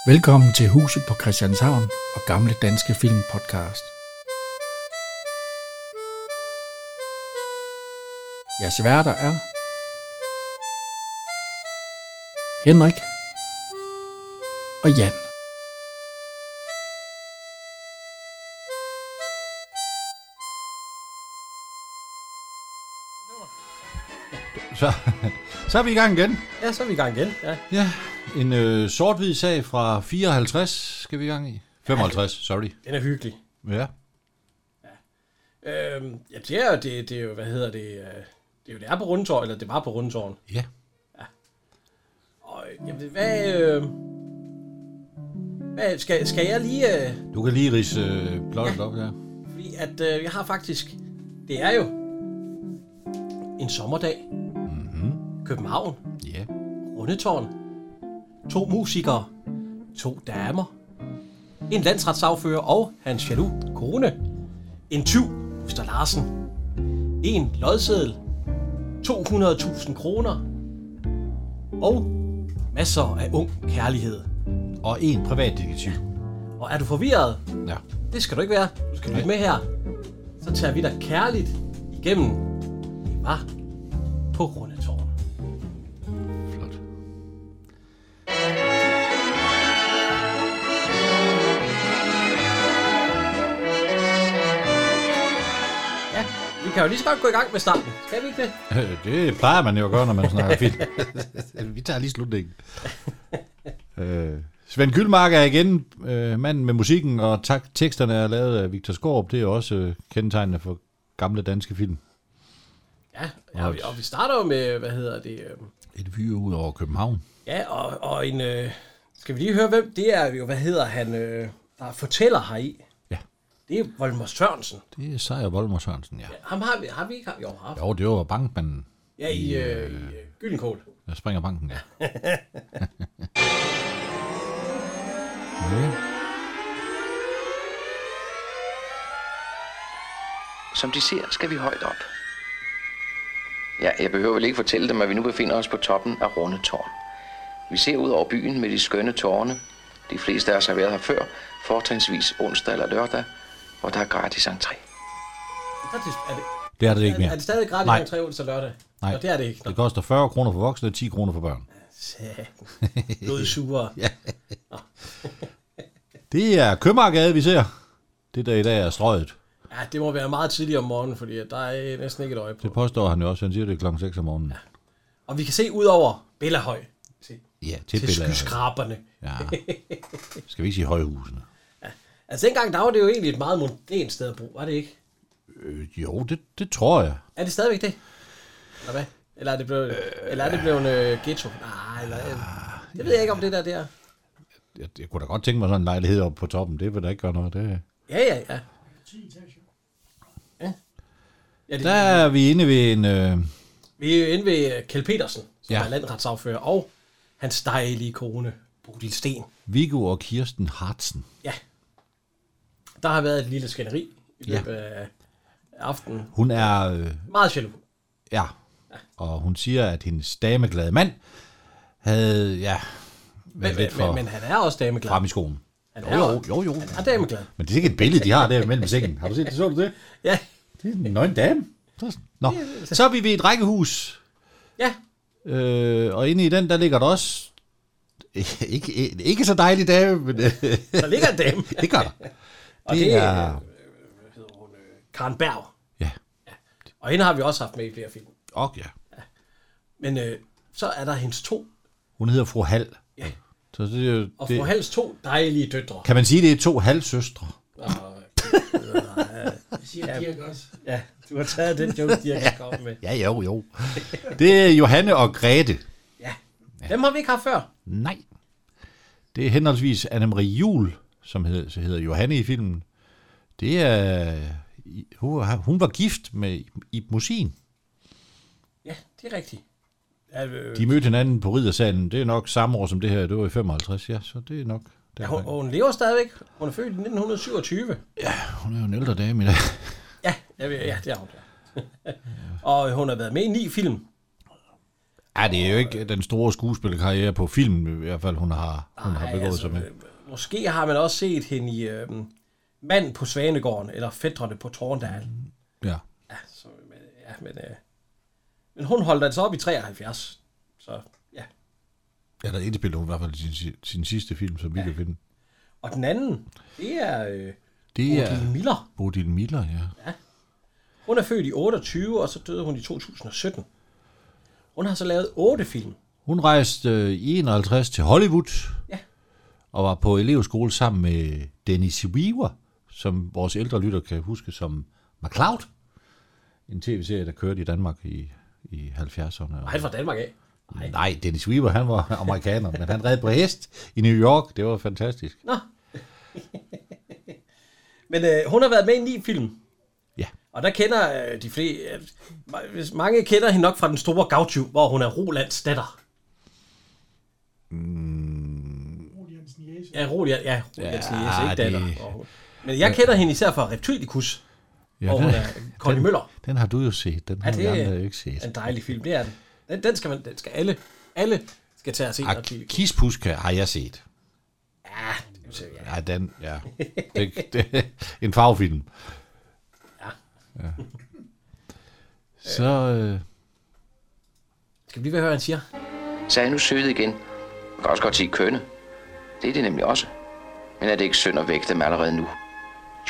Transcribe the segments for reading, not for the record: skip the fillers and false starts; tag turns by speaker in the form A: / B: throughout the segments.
A: Velkommen til Huset på Christianshavn og Gamle Danske Film Podcast. Jeres værter er Henrik og Jan.
B: Så er vi i gang igen.
C: Ja, så er vi i gang igen.
B: Ja, en sort-hvid sag fra 54 skal vi i gang i. 55, sorry.
C: Den er hyggelig.
B: Ja.
C: Det er jo, hvad hedder det? Det er på Rundetårn, eller det var på Rundetårn.
B: Ja.
C: Og jamen, hvad skal jeg lige...
B: Du kan lige ridse plottet op, ja.
C: Fordi at jeg har faktisk... Det er jo en sommerdag. København.
B: Ja.
C: Rundetårn. 2 musikere. 2 damer. En landsretssagfører og hans jaloux kone. En tyv, Buster Larsen. En lodseddel. 200.000 kroner. Og masser af ung kærlighed.
B: Og en privatdetektiv.
C: Og er du forvirret?
B: Ja.
C: Det skal du ikke være. Du skal lytte med her. Så tager vi dig kærligt igennem. Vi var på Rundetårn.
B: Flot.
C: Ja, vi kan jo lige så godt gå i gang med starten. Skal vi ikke det?
B: Det plejer man jo at gøre, når man snakker film. Vi tager lige slutningen. Svend Gyldmark er igen manden med musikken, og teksterne er lavet af Victor Skaarup. Det er også kendetegnende for gamle danske film.
C: Ja, og vi starter jo med, hvad hedder det?
B: Et vue ud over København.
C: Ja, og en... skal vi lige høre, hvem det er jo, hvad hedder han, der fortæller heri?
B: Ja.
C: Det er Volmer Sørensen.
B: Det er Sejer Volmer Sørensen, ja.
C: Ham har vi ikke haft.
B: Jo, det var bankmanden.
C: Ja, i Gyldenkål.
B: Der springer banken, ja. Ja.
D: Som de ser, skal vi højt op. Ja, jeg behøver vel ikke fortælle dem, at vi nu befinder os på toppen af Rundetårn. Vi ser ud over byen med de skønne tårne. De fleste af os har været her før, fortrinsvis onsdag eller lørdag, hvor der er gratis entré.
B: Det er det ikke mere.
C: Er det stadig gratis entré onsdag og lørdag?
B: Nej,
C: og det er det ikke.
B: Det koster 40 kroner for voksne og 10 kroner for børn.
C: Blodsure.
B: Ja. Det er Købmagergade, vi ser. Det der i dag er strøget.
C: Ja, det må være meget tidligt om morgenen, fordi der er næsten ikke et øje på.
B: Det påstår han jo også. Han siger, det er klokken 6 om morgenen. Ja.
C: Og vi kan se ud over Bellahøj.
B: Til
C: skyskraberne.
B: Ja. Skal vi ikke sige højhusene?
C: Ja. Altså dengang, der var det jo egentlig et meget mondænt sted at bo, var det ikke?
B: Jo, det tror jeg.
C: Er det stadigvæk det? Eller hvad? Eller er det blevet ghetto? Nej, jeg ved ikke om det der.
B: Jeg kunne da godt tænke mig sådan en lejlighed oppe på toppen. Det vil da ikke gøre noget. Det...
C: Ja.
A: 10 etager.
C: Ja,
B: der er vi inde ved en...
C: Vi er inde ved Kjeld Petersen, som er landsretssagfører, og hans dejlige kone, Bodil Sten.
B: Viggo og Kirsten Hartsen.
C: Ja. Der har været et lille skænderi i løbet af aftenen.
B: Hun er...
C: meget jaloux.
B: Ja. Og hun siger, at hendes dameglade mand havde,
C: men han er også dameglad.
B: Frem i skoen.
C: Jo.
B: Han
C: er dameglad.
B: Men det er ikke et billede, de har der mellem sengen. Har du set det? Så du det?
C: Ja.
B: Det er en nøgen dame. Nå, så er vi ved et rækkehus.
C: Ja.
B: Og inde i den, der ligger der også... Ikke så dejlig dame, men...
C: Der ligger en dame.
B: Det gør der.
C: Og det er... hvad hedder hun? Karen Berg.
B: Ja.
C: Og hende har vi også haft med i flere film.
B: Ja.
C: Men så er der hendes 2.
B: Hun hedder fru Hal.
C: Ja.
B: Så det,
C: og fru Hals 2 dejlige døtre.
B: Kan man sige, det er 2 halvsøstre?
A: Siger Dirk også.
C: Ja, du har taget den joke, Dirk kan komme med.
B: Ja, jo. Det er Johanne og Grete.
C: Ja. Dem har vi ikke haft før.
B: Nej. Det er henholdsvis Anne-Marie Juhl, som hedder Johanne i filmen. Det er... Hun var gift med Ib Mossin.
C: Ja, det er rigtigt.
B: De mødte hinanden på Riddersalen. Det er nok samme år som det her. Det var i 55, ja. Så det er nok...
C: Ja, hun lever stadigvæk. Hun er født i 1927.
B: Ja, hun er jo en ældre dame i dag.
C: Ja, det er hun. Og hun har været med i 9 film.
B: Ja, det er jo ikke den store skuespillerkarriere på film, i hvert fald, hun har begået sig med.
C: Måske har man også set hende i Manden på Svanegården, eller Fætrene på Torndal.
B: Ja.
C: Men hun holdt altså op i 73. Så ja.
B: Ja, der indspillede hun i hvert fald sin sidste film, som vi kan finde.
C: Og den anden, det er Bodil Miller.
B: Bodil Miller, ja.
C: Hun er født i 28, og så døde hun i 2017. Hun har så lavet 8 film.
B: Hun rejste i 51 til Hollywood.
C: Ja.
B: Og var på elevskole sammen med Dennis Weaver, som vores ældre lytter kan huske som MacLeod. En tv-serie, der kørte i Danmark i 70'erne.
C: Og han fra Danmark af?
B: Nej, Dennis Weaver, han var amerikaner, men han red på hest i New York. Det var fantastisk.
C: Nå. Men hun har været med i 9 film.
B: Ja.
C: Og der kender de flere... mange kender hende nok fra Den Store Gavtyv, hvor hun er Rolands datter. Ja, Rolands niece, ikke datter. Men jeg kender hende især fra Reptilicus, hvor hun er Conny Møller.
B: Den har du jo set, den har vi andre jo ikke set.
C: En dejlig film, det er den. Den skal alle skal tage og se.
B: Kispuska har jeg set.
C: Ja,
B: den, ja. Det, en farvefilm. Ja. Så...
C: Skal vi lige høre, hvad han siger?
D: Så er jeg nu søget igen. Man kan også godt sige kønne. Det er det nemlig også. Men er det ikke synd at vække dem allerede nu? Jo.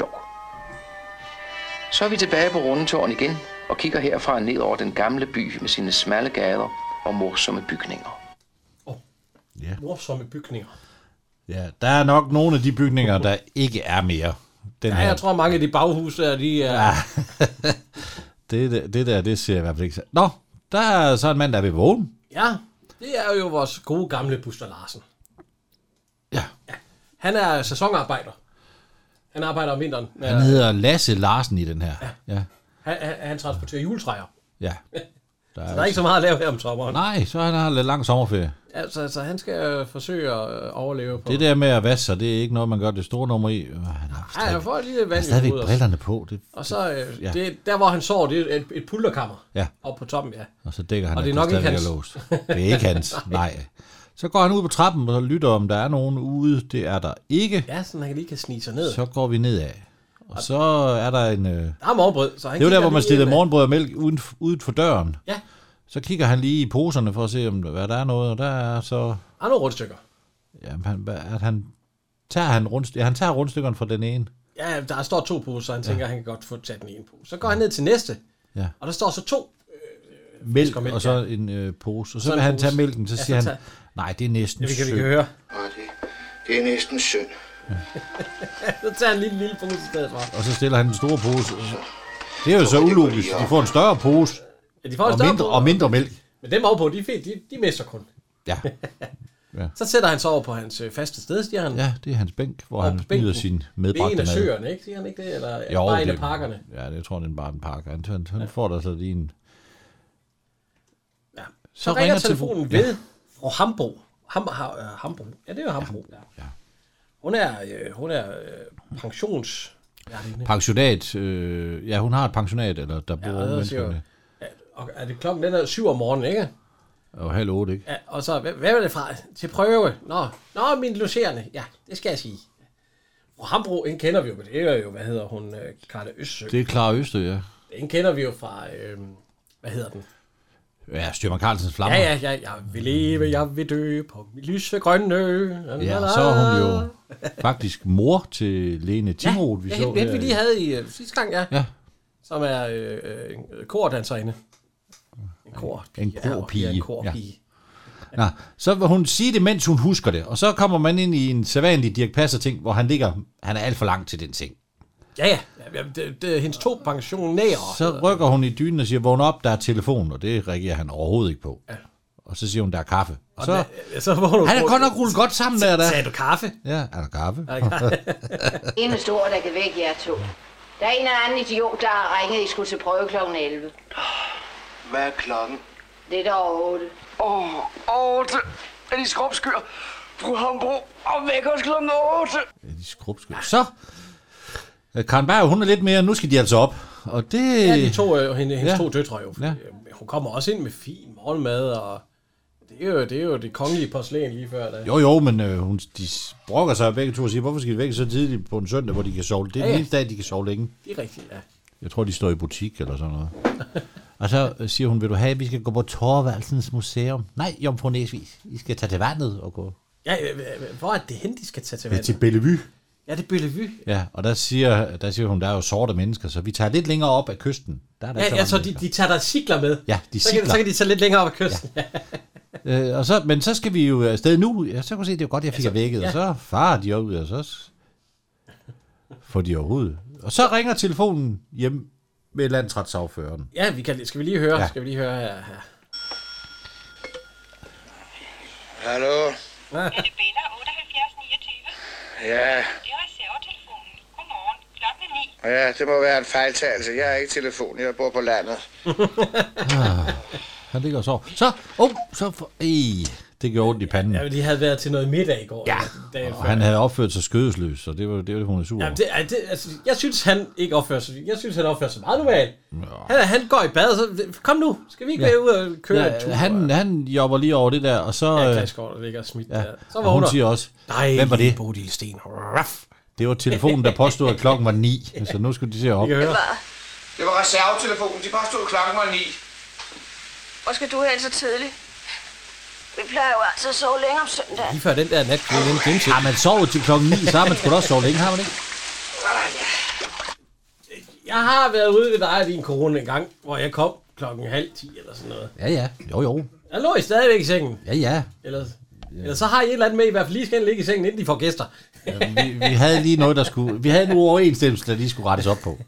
D: Så er vi tilbage på Rundetårn igen og kigger herfra ned over den gamle by med sine smalle gader og morsomme bygninger.
B: Ja.
C: Morsomme bygninger.
B: Ja, der er nok nogle af de bygninger, der ikke er mere.
C: Jeg tror mange af de baghus der, de er... Ja.
B: det ser jeg i hvert fald ikke. Nå, der er så en mand, der er ved vågen.
C: Ja, det er jo vores gode gamle Buster Larsen.
B: Ja.
C: Han er sæsonarbejder. Han arbejder om vinteren.
B: Han hedder Lasse Larsen i den her.
C: Ja. Han transporterer juletræer.
B: Ja.
C: Der er ikke så meget at lave her om sommeren.
B: Nej, så han har lidt lang sommerferie.
C: Ja, så han skal forsøge at overleve på.
B: Det der med at vaske sig, det er ikke noget, man gør det store nummer i.
C: Han får et lille vand i hovedet.
B: Stadigvæk brillerne på.
C: Og så, det, der hvor han sover, det er et pulterkammer.
B: Ja.
C: Oppe på toppen, ja.
B: Og så dækker han,
C: og det er nok ikke hans.
B: Låst. Det er ikke hans, nej. Så går han ud på trappen og lytter, om der er nogen ude. Det er der ikke.
C: Ja, så han lige kan snige sig ned.
B: Så går vi nedad. Og så er der en... Der
C: er morgenbrød. Så han
B: det er jo der, hvor man stiller morgenbrød og mælk uden for døren.
C: Ja.
B: Så kigger han lige i poserne for at se, om hvad der er noget, og der er så...
C: Der er nogle rundstykker.
B: Ja, han tager rundstykkerne fra den ene.
C: Ja, der står 2 poser, så han tænker, at han kan godt få taget den ene pose. Så går han ned til næste, og der står så 2
B: mælk og så en pose. Og så vil han tage mælken, så siger han, nej, det er næsten synd.
C: Vi kan høre.
E: Det er næsten synd.
C: Ja. Så tager han en lille pose i stedet for.
B: Og så stiller han den store pose. Det er jo så ulogisk. De får en større pose.
C: Ja, de får en større
B: og mindre mælk.
C: Men dem ovenpå, de mister kun.
B: Ja.
C: Så sætter han sig over på hans faste sted, siger han.
B: Ja, det er hans bænk, hvor han nyder sin medbragte mad.
C: Det er en af søerne, ikke? Siger han ikke det? Eller
B: jo,
C: bare en af parkerne?
B: Ja, det tror jeg, det er bare en park. Han får der så lige en...
C: Ja. Så ringer telefonen ved fra Hambro. Hambro. Ja, det er jo Hambro. Ja. Hun er pensions...
B: Pensionat. Hun har et pensionat, eller der bor mennesker.
C: Og er det klokken, den er 7 om morgenen, ikke?
B: Og 7:30, ikke?
C: Ja, og så, hvad er det fra? Til prøve? Nå, min logerende. Ja, det skal jeg sige. Og Hambro, en kender vi jo, det er jo, hvad hedder hun? Karla Østsø.
B: Det er Clara Østsø, ja.
C: En kender vi jo fra, hvad hedder den?
B: Ja, Styrmand Carlsens Flammer.
C: Ja, jeg vil leve, jeg vil dø på mit lyse grønne ø.
B: Ja, så er hun jo faktisk mor til Lene Timrod, vi så
C: her. Vi lige havde i sidste gang, ja. Som er en kordanserinde. En korpige. En korpige.
B: Nå, så vil hun sige det, mens hun husker det. Og så kommer man ind i en sædvanlig Dirch Passer-ting, hvor han er alt for langt til den ting.
C: Ja. Det er hendes 2 pensionærer.
B: Så rykker hun i dynen og siger, vågn op, der er telefon, og det reagerer han overhovedet ikke på. Ja. Og så siger hun, der er kaffe. Og så han er godt nok rullet godt sammen der.
C: Sagde du kaffe?
B: Ja, er der kaffe?
F: En stor, der kan vække jer 2. Der er en eller anden idiot, der har ringet, I skulle til prøve klokken 11.
E: Hvad er klokken?
F: Det er der 8.
E: 8. Er de skrubskyr? Fru Hambro, og væk os klokken 8.
B: Er de skrubskyr? Så Karen Berg, hun er lidt mere, nu skal de altså op. Og det...
C: Ja, hendes 2 døtre jo. Ja. Hun kommer også ind med fin morgenmad, og Det er jo det kongelige porcelæn lige før. Da.
B: Jo, men de brokker sig begge to og siger, hvorfor skal de væk så tidligt på en søndag, hvor de kan sove? Det er den eneste dag, de kan sove længe.
C: Det er rigtigt, ja.
B: Jeg tror, de står i butik eller sådan noget. Og så siger hun, vil du have, at vi skal gå på Thorvaldsens Museum? Nej, Jomfru Næsvis. I skal tage til vandet og gå.
C: Ja, hvor er det hen, de skal tage til vandet?
B: Til Bellevue.
C: Ja, det er Bellevue.
B: Ja, og der siger hun, der er jo sorte mennesker, så vi tager lidt længere op ad kysten. Der
C: Så de tager der cykler med.
B: Ja, de cykler.
C: Så kan de tage lidt længere op ad kysten.
B: Ja. Men så skal vi jo afsted nu. Ja, så kan du se, det er jo godt, jeg fik vækket. Ja. Og så farer de ud, og så får de overhovedet. Og så ringer telefonen hjem med landsretssagføreren.
C: Ja, skal vi lige høre? Ja. Skal vi lige høre her?
G: Hallo?
H: Ja. Er det Bella 7829?
G: Ja.
H: Det er reservetelefonen. Godmorgen. Klokken er 9.
G: Ja, det må være en fejltagelse. Jeg har ikke telefon. Jeg bor på landet.
B: Han ligger og sover. Det gjorde ondt i panden.
C: Ja, de havde været til noget middag i går.
B: Ja, og han havde opført sig skødesløs, og det var det, hun er sur.
C: Ja, jeg synes, han ikke opfører sig. Jeg synes, han opfører sig meget normalt. Ja. Han går i bad, så kom nu, skal vi ikke være ude og køre en tur?
B: Han jobber lige over det der, og så...
C: Ja, Klasgaard, der ligger smidt der. Så
B: var hun siger også, hvem var det?
C: Bodil Sten.
B: Det var telefonen, der påstod, at klokken var 9, så nu skulle de se op.
G: Det var reservetelefonen, de påstod, at klokken var 9.
H: Hvor skal du hen så tidligt? Vi plejer jo altså at sove længe om søndagen.
C: Lige før den der nat, den glemte.
B: Har man sovet til klokken 9, så har man sgu da også sovet længe, har man ikke?
C: Jeg har været ude ved dig i din corona en gang, hvor jeg kom 9:30 eller sådan noget.
B: Ja. Jo.
C: Jeg lå stadigvæk i sengen.
B: Ja.
C: Eller så har I et eller andet med, i hvert fald lige skal ligge i sengen, inden de får gæster.
B: Ja, vi havde lige noget, der skulle... Vi havde nogle overensstemmelse, der lige skulle rettes op på.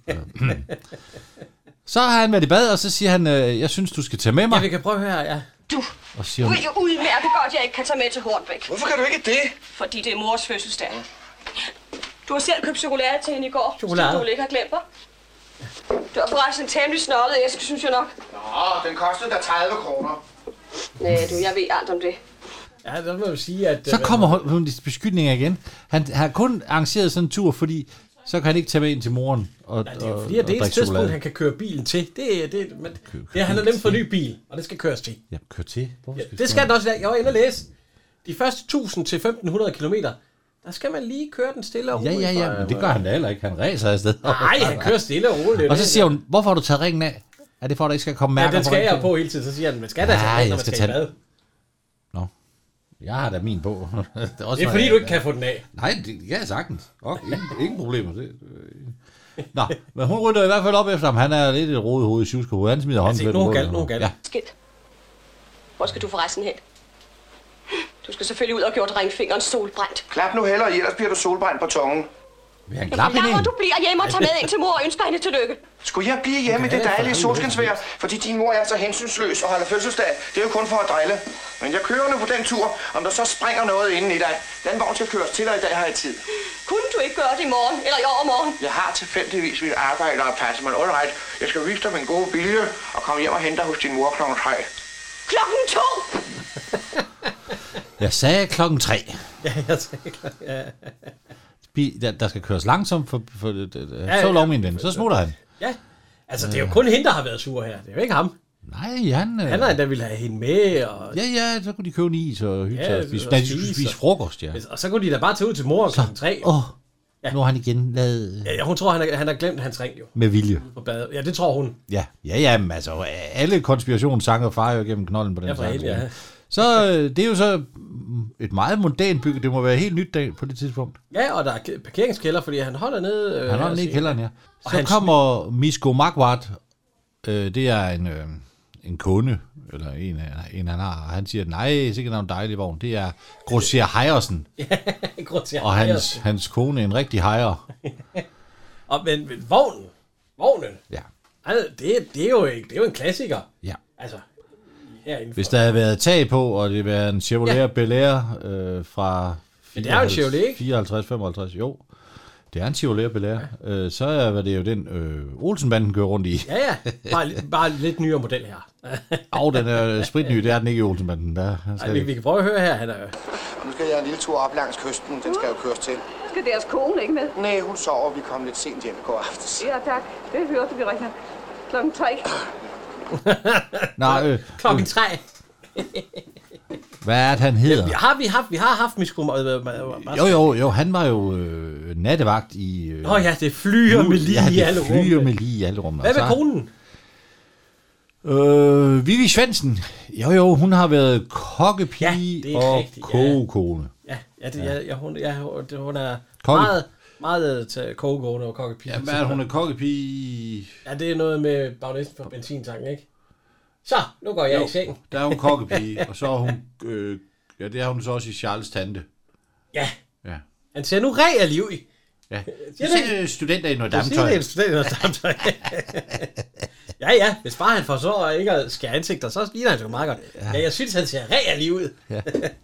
B: Så har han været i bad, og så siger han, jeg synes, du skal tage med mig.
C: Ja, vi kan prøve at høre, ja.
H: Du er jo udmærket godt, jeg ikke kan tage med til Hornbæk.
G: Hvorfor kan du ikke det?
H: Fordi det er mors fødselsdag. Du har selv købt chokolade til hende i går.
C: Chokolade?
H: Du ikke har glemt mig. Du har forresten en temmelig snollet æske, synes jeg nok.
G: Nå, den kostede da 30 kroner.
H: Nej, jeg ved alt om det.
C: Ja, det må jeg sige, at...
B: Så kommer hun i beskyldninger igen. Han har kun arrangeret sådan en tur, fordi så kan han ikke tage med ind til moren og
C: det er jo fordi, at det eneste tidspunkt, han kan køre bilen til, han har nemt for en ny bil, og det skal køres til.
B: Ja, køre til?
C: Det skal den også. Jeg var inde og læse. De første 1000 til 1500 kilometer, der skal man lige køre den stille og roligt.
B: Ja, men det gør han da heller ikke. Han ræser afsted.
C: Nej, han kører stille og roligt.
B: Og så siger hun, hvorfor har du taget ringen af? Er det for, at der ikke skal komme mærker på?
C: Ja, den skal jeg på hele tiden. Så siger han, man skal da tage ringen, når man skal i bad.
B: Nå, jeg har da min på.
C: Det er fordi, du ikke kan få den af.
B: Nej, det kan jeg sagtens. Ingen problemer. Nå, men hun rytter i hvert fald op efter ham. Han er lidt et rodet hoved i sjuskehoved. Han smider hånden.
C: Nogen galt.
H: Ja. Skidt. Hvor skal du forresten hen? Du skal selvfølgelig ud og gjort ringfingeren solbrændt.
G: Klap nu heller, ellers bliver du solbrændt på tungen.
B: Vil han klappe hende?
H: Du bliver hjemme og tager med ind til mor og ønsker hende tillykke.
G: Skulle jeg blive hjemme i det dejlige solskinsvejr, fordi din mor er så hensynsløs og holder fødselsdag? Det er jo kun for at drille. Men jeg kører nu på den tur, om der så springer noget inden i dig. Den vogn skal køres til, og i dag har jeg tid.
H: Kunne du ikke gøre det i morgen, eller i overmorgen?
G: Jeg har tilfældigvis mit arbejde og passe mig alright. Jeg skal vise dig min gode vilje og komme hjem og hente dig hos din mor klokken 3.
H: Klokken 2!
B: Jeg sagde klokken 3.
C: Ja, jeg sagde klokken... Ja.
B: Der skal køres langsomt, så lov min ven. Så smutter han.
C: Ja, altså det er jo kun hende, der har været sur her. Det er jo ikke ham.
B: Nej, han
C: har endda ville have hende med. Og...
B: Ja, så kunne de købe en is og hygge sig. De spise frokost, ja.
C: Og så kunne de da bare tage ud til mor klokken 3.
B: Ja. Nu har han igen lavet...
C: Ja, hun tror, han har glemt hans ring jo.
B: Med vilje.
C: På badet. Ja, det tror hun.
B: Ja, men altså, alle konspirationssanger farer jo gennem knolden på den
C: sang. Ja.
B: Så det er jo så et meget mondænt bygge. Det må være helt nyt dag på det tidspunkt.
C: Ja, og der er parkeringskælder, fordi han holder nede...
B: Han holder nede i kælderen, ja. Så kommer Misko Magwart. Det er en kunde, eller en han har. Og han siger, nej, sikkert er en dejlig vogn. Det er Grosjean Hejersen. Og hans kone, en rigtig hejer.
C: Men vognen.
B: Ja.
C: Altså, det er jo en klassiker.
B: Ja.
C: Altså,
B: hvis der havde været tag på, og det var en Chevrolet Bel Air fra 54-55, jo. Det er en Chevrolet Bel Air. Så var det jo den Olsenbanden kører rundt i.
C: Ja. Bare lidt nyere model her.
B: Den er spritny, det er den ikke i Olsenbanden.
C: Vi kan prøve at høre her.
G: Nu skal jeg en lille tur op langs kysten. Den skal jo køres til.
H: Skal deres kone ikke med?
G: Nej, hun sover. Vi kom lidt sent hjem i går aftes.
H: Ja, tak. Det hørte vi rigtig. Klokken 3.
B: Nej,
C: klokken 3.
B: Hvad er det, han hedder?
C: Vi har haft Misko...
B: Jo, han var jo nattevagt i...
C: det flyer med lige i alle rum.
B: flyer med lige i alle rum.
C: Hvad med konen?
B: Vivi Svendsen. Jo, hun har været kokkepige og kogekone.
C: Hun er meget til kogekone og kokkepige.
B: Ja, hvad er hun er kokkepige?
C: Ja, det er noget med bagnæsten for benzintanken, ikke? Så, nu går jeg i seng.
B: Der er hun kokkepige, og så er hun... det er hun så også i Charles' tante.
C: Ja. Han ser nu realliv i.
B: Ja, det er studenter i noget damtøj.
C: Det er studenter i noget damtøj. Ja, hvis bare han får så ikke at skære ansigter, så ligner han jo meget godt. Ja, jeg synes, han ser realliv ud. Ja.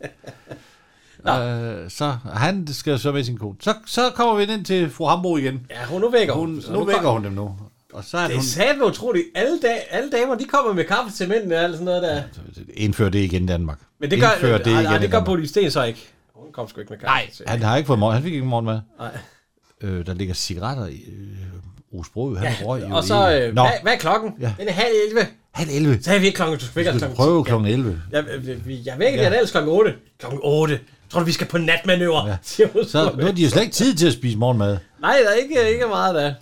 B: Så han skal så med sin kone. Så kommer vi ind til fru Hambro igen.
C: Ja, nu vækker hun.
B: Nu vækker hun dem nu. Og så er
C: det sagde du utroligt. Alle damer, de kommer med kaffe til mændene og alt sådan noget der.
B: Indfør det igen i Danmark.
C: Men det gør Bodil Sten så ikke. Hun kom sgu ikke med kaffe.
B: Nej, han har ikke fået morgen. Han fik ikke morgenmad. Nej. Der ligger cigaretter i Osbro. Han røg jo.
C: Og så, hvad er klokken? Ja. Den er 10:30.
B: 10:30.
C: Så er vi ikke klokken. Du skal
B: prøve klokken 11.
C: Jeg vækker den ellers klokken 8. Klokken 8. Tror du, vi skal på natmanøvre? Ja.
B: Så nu har de jo slet ikke tid til at spise morgenmad.
C: Nej, der er ikke meget der.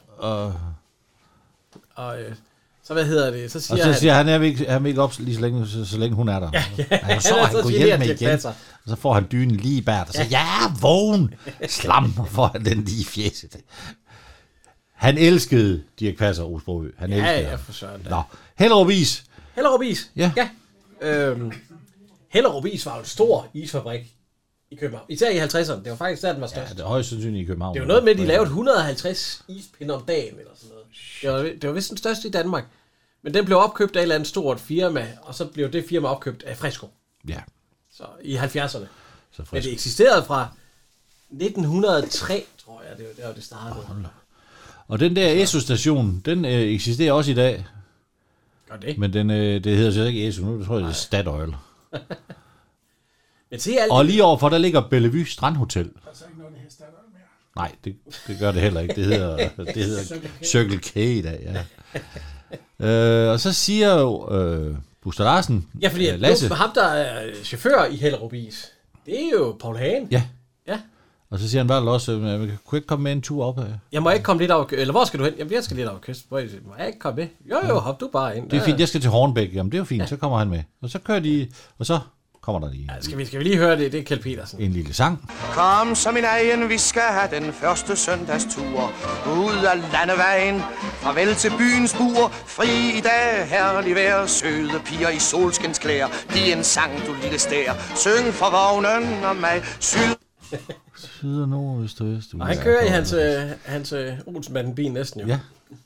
C: Så hvad hedder det? Så siger
B: han er ikke op lige så længe hun er der. Ja. Så han går hjem med igen. Og så får han dynen lige bært. Og så vågen! Slam, og får han den lige i fjeset. Han elskede Dirch Passer, Osbro. Han elskede ham.
C: For søren.
B: Nå, Hellerup Is.
C: Hellerup Is?
B: Ja.
C: Hellerup Is var jo en stor isfabrik i København. Især i 50'erne. Det var faktisk der, den var størst.
B: Ja, det er højst sandsynligt i København.
C: Det var noget med, at de lavede 150 ispinder om dagen, eller sådan noget. Det var vist den største i Danmark. Men den blev opkøbt af et eller andet stort firma, og så blev det firma opkøbt af Fresco.
B: Ja.
C: Så i 70'erne. Men det eksisterede fra 1903, tror jeg, det var det startede.
B: Og den der ESO-station, den eksisterer også i dag.
C: Gør det?
B: Men det hedder så ikke ESO nu, det tror jeg, det er Statoil.
C: Men se alt
B: og lige overfor, der ligger Bellevue Strandhotel.
I: Der er så ikke noget, der hedder Statoil mere.
B: Nej, det gør det heller ikke. Det hedder Circle K i dag, ja. Og så siger jo Buster Larsen,
C: ja, fordi Lasse, ham, der er chauffør i Hellerup Is, det er jo Paul Hagen.
B: Ja. Og så siger han bare også, kunne ikke komme med en tur op?
C: Jeg må ikke komme lidt over eller hvor skal du hen? Jamen, jeg skal lidt over kyst. Må jeg ikke komme med? Jo, hop du bare ind.
B: Det er fint, jeg skal til Hornbæk. Jamen, det er jo fint, så kommer han med. Og så kører de, og så kommer der lige.
C: Ja, skal vi lige høre det? Det er Kjeld Petersen.
B: En lille sang.
G: Kom så min egen, vi skal have den første søndagstur ud af landevejen. Farvel til byens buer, fri i dag, herlig vejr. Søde piger i solskinsklæder, lige en sang, du lille stær. Syng for vognen og mig,
B: Syd og nord, øst og vest.
C: Og han kører i hans Olsenbanden-bil næsten jo.
B: Ja.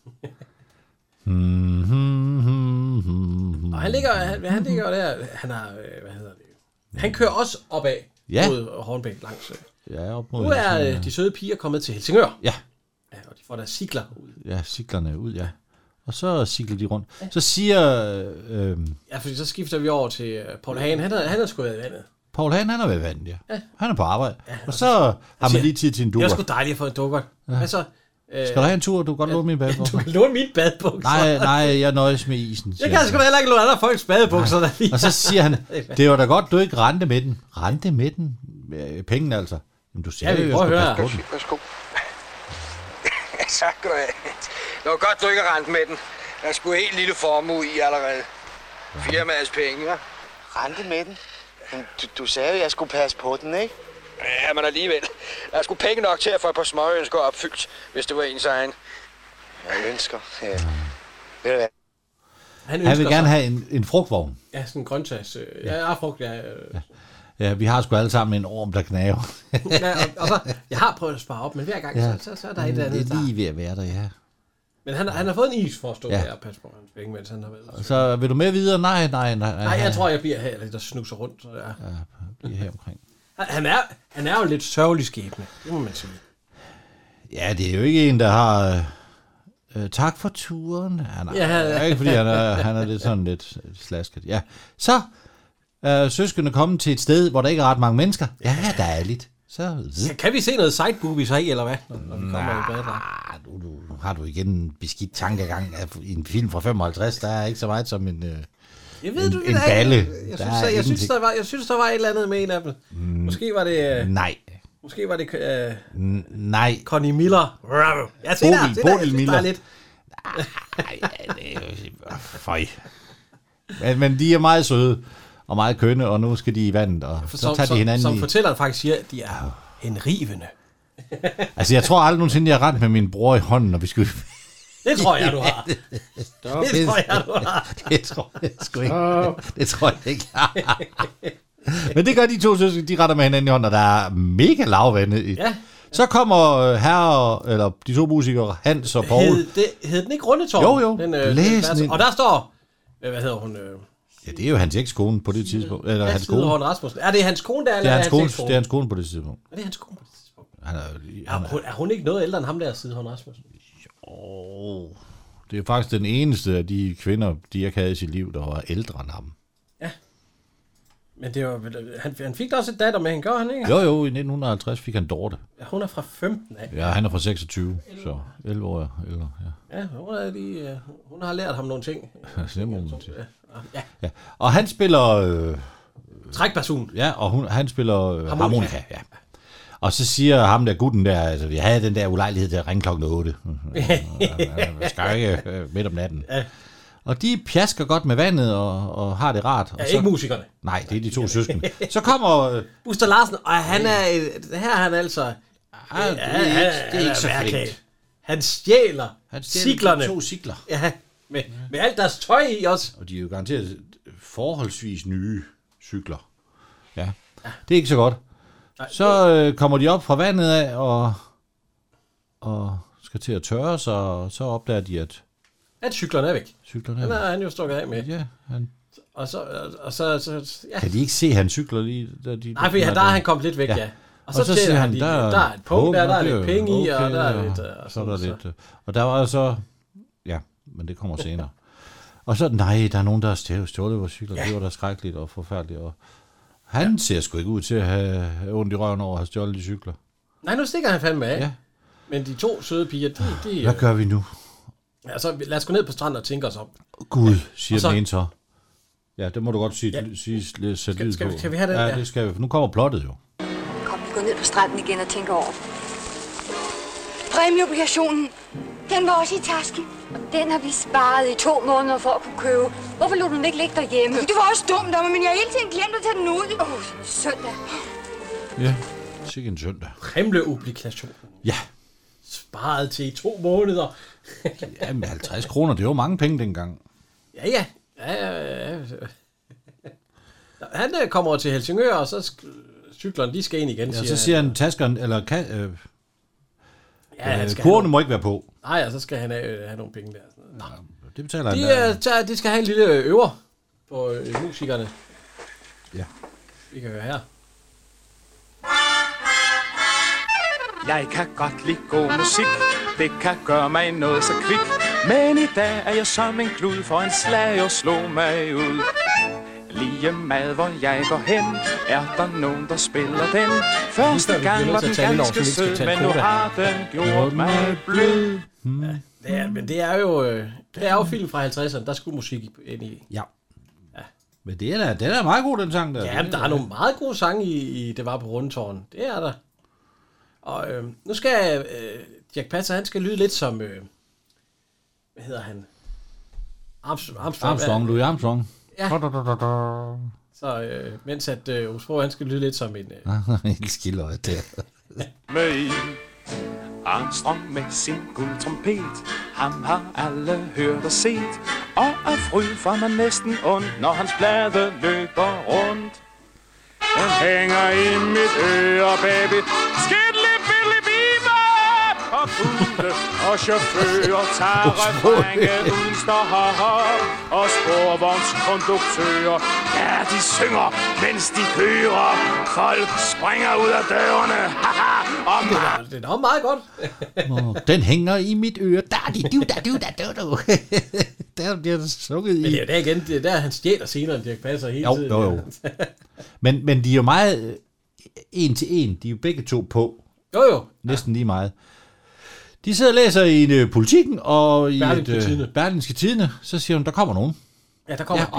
C: Og han ligger der, han har, hvad hedder det? Han kører også opad mod Hornbæk langs.
B: Ja, op mod
C: nu er de søde piger kommet til Helsingør.
B: Ja.
C: Og de får deres cykler ud.
B: Ja, cyklerne ud, ja. Og så cykler de rundt. Ja. Så siger...
C: ja, fordi så skifter vi over til Paul Hagen. Han har sgu været i vandet.
B: Paul Hagen, han er ved vandet, ja. Han er på arbejde. Ja, og så har man lige tid til en dukker.
C: Det er sgu dejligt at få en dukker. Ja. Altså,
B: skal du have en tur? Du kan godt låne min badebukser.
C: Du kan låne min badebukser.
B: Nej, jeg nøjes med isen.
C: Jeg kan sgu da heller ikke låne andre folks badebukser.
B: Og så siger han, det var da godt, du ikke rente med den. Rente med den? Pengene altså. Jamen, du siger,
C: vi prøver at høre.
E: Værsgo. Tak skal du have. Det var godt, du ikke rente med den. Der er sgu helt lille formue i allerede. Firmaets penge, hva'?
G: Rente med den? Du sagde jo, at jeg skulle passe på den, ikke?
E: Ja, men alligevel. Der er sgu penge nok til at få et par småønsker opfyldt, hvis det var ens egen.
G: Jeg ønsker. Ja. Ved du hvad?
B: Han vil gerne have en frugtvogn.
C: Ja, sådan en grøntsags... Ja, frugt, ja.
B: Ja, vi har sgu alle sammen en orm, der knaver.
C: Ja, og så, jeg har prøvet at spare op, men hver gang, så er der et eller andet.
B: Det er lige ved at være der, ja.
C: Men han har fået en is for at stå der og passe på hans penge, mens han har været.
B: Så vil du med videre? Nej.
C: Nej, jeg tror, jeg bliver her lidt og snuser rundt. Så
B: ja, bliver her omkring.
C: Han er jo lidt sørgelig skæbne, det må man sige.
B: Ja, det er jo ikke en, der har... tak for turen. Ikke fordi han er lidt sådan lidt slasket. Ja. Så er søskende kommet til et sted, hvor der ikke er ret mange mennesker. Ja, dejligt. Så
C: kan vi se noget sidebooby så i, eller hvad? Når vi kommer i bad der?
B: Nu har du igen en beskidt tankegang. I en film fra 55, der er ikke så meget som en...
C: Jeg ved, du
B: en balle.
C: Jeg synes, der var et eller andet med en af dem. Måske var det...
B: Nej.
C: Måske var det...
B: Nej.
C: Connie Miller.
B: Bodil Miller.
C: Der er lidt.
B: Nej, det er jo... Føj. Men de er meget søde og meget kønne, og nu skal de i vandet, og så tager de hinanden
C: som fortælleren faktisk siger, at de er henrivende.
B: Altså, jeg tror aldrig nogensinde, jeg har rent med min bror i hånden, når vi skulle...
C: Det tror jeg, du har. Det tror jeg, du har.
B: Det tror jeg sgu ikke. Det tror jeg ikke. Men det gør de to søskende, de retter med hinanden i hånden, og der er mega lavvandet.
C: Ja.
B: Så kommer eller de to musikere, Hans og Poul.
C: Hed den ikke Rundetårn?
B: Jo.
C: Den, og der står... Hvad hedder hun?
B: Ja, det er jo hans ekskone på det tidspunkt. Eller hans kone.
C: Rasmussen. Er det hans kone, der?
B: Det er hans kone. Det er hans kone på det tidspunkt.
C: Er det hans kone på det tidspunkt? Er hun ikke noget ældre end ham der, Sidehånd Rasmussen?
B: Jo. Det er faktisk den eneste af de kvinder, Dirch havde i sit liv, der var ældre end ham.
C: Ja. Men det var, han fik da også et datter med hende, gør han ikke?
B: Jo, i 1950 fik han Dorte.
C: Ja, hun er fra 15 af.
B: Ja, han er fra 26, så 11 år ældre.
C: Ja, hun har lært ham nogle ting.
B: Ja. Og han spiller...
C: trækperson.
B: Ja, og han spiller harmonika. Ja. Og så siger ham der gutten der, altså jeg havde den der ulejlighed til at ringe klokken 8. Skal ikke midt om natten. Ja. Og de pjasker godt med vandet og har det rart.
C: Ja, ikke musikerne.
B: Nej, det er de to søskende. Så kommer...
C: Buster Larsen, og han er... Her er han altså...
B: det er ikke så flinkt.
C: Han stjæler siklerne.
B: To sikler.
C: Ja, med alt deres tøj i også.
B: Og de er jo garanteret forholdsvis nye cykler. Ja, det er ikke så godt. Så kommer de op fra vandet af og skal til at tørre sig, og så opdager de, at
C: cyklerne er væk.
B: Cyklerne er
C: han jo stukket af med.
B: Ja,
C: Og så ja.
B: Kan de ikke se, han cykler lige?
C: Nej, for der er han kommet lidt væk, ja. Og så ser han, der er et punkt, der er lidt penge i, og der er lidt...
B: Så er der lidt... Og der var så... Ja, men det kommer senere. Og så, nej, der er nogen, der har stjålet vores cykler. Det var da skrækkeligt og forfærdeligt. Og han ser sgu ikke ud til at have ondt i røven over at have stjålet de cykler.
C: Nej, nu stikker han fandme af. Ja. Men de to søde piger, de
B: hvad gør vi nu?
C: Altså, lad os gå ned på stranden og tænke os om.
B: Gud, siger den ene så. Ja, det må du godt sige sætte lyd på.
C: Skal vi have den
B: der? Det skal vi, for nu kommer plottet jo.
J: Kom, vi går ned på stranden igen og tænker over. Præmieobligationen, den var også i tasken. Og den har vi sparet i 2 måneder for at kunne købe. Hvorfor lå den ikke ligge derhjemme? Det var også dumt, men jeg har hele tiden glemt at tage den ud. Søndag.
B: Ja, sikkert en søndag.
C: Præmieobligationen.
B: Ja.
C: Sparet til i 2 måneder.
B: Ja, med 50 kroner, det var mange penge dengang.
C: Ja. Han kommer til Helsingør, og så cyklerne, de skal ind igen.
B: Ja, så siger han, taskeren, eller kurvene må ikke være på.
C: Nej, og så skal han have nogle penge der.
B: Nå, det betaler han.
C: De skal have en lille øver på musikerne.
B: Ja.
C: Vi kan høre her.
K: Jeg kan godt lide god musik, det kan gøre mig noget så kvik. Men i dag er jeg som en klud, for en slager slog mig ud. Lige meget hvor jeg går hen, er der nogen der spiller den. Første gang var den ganske sød, men nu har den gjort mig blød.
C: Ja, men det er jo film fra 50'erne, der skulle musik ind i.
B: Ja. Men det er meget god, den sang der.
C: Ja, der er nogle meget gode sange i Det var på Rundetårn. Det er der. Og nu skal Dirch Passer, han skal lyde lidt som, hvad hedder han?
B: Armstrong, Louis Armstrong.
C: Ja. Så mens at Osbro, han skal lyde lidt som en...
B: en skildøje der.
K: Med Armstrong med sin guldtrompet, ham har alle hørt og set, og af fryd får man næsten ondt, når hans blade løber rundt. Den hænger i mit øre, baby. Skidli, billi, biba! Og fugle og chauffører tager refrænget uden stop. Og sporvognskonduktører, ja, de synger, mens de kører. Folk springer ud af dørene.
C: Det er nok meget godt.
B: Den hænger i mit øre. Der bliver det sunget i.
C: Men det er der igen, det er der, han stjæler scenerne, Dirch Passer hele tiden.
B: Jo. Men de er jo meget en til en. De er jo begge to på.
C: Jo.
B: Næsten lige meget. De sidder og læser i Politiken og i Berlingske Tidende. Så siger hun, der kommer nogen.
C: Ja, der kommer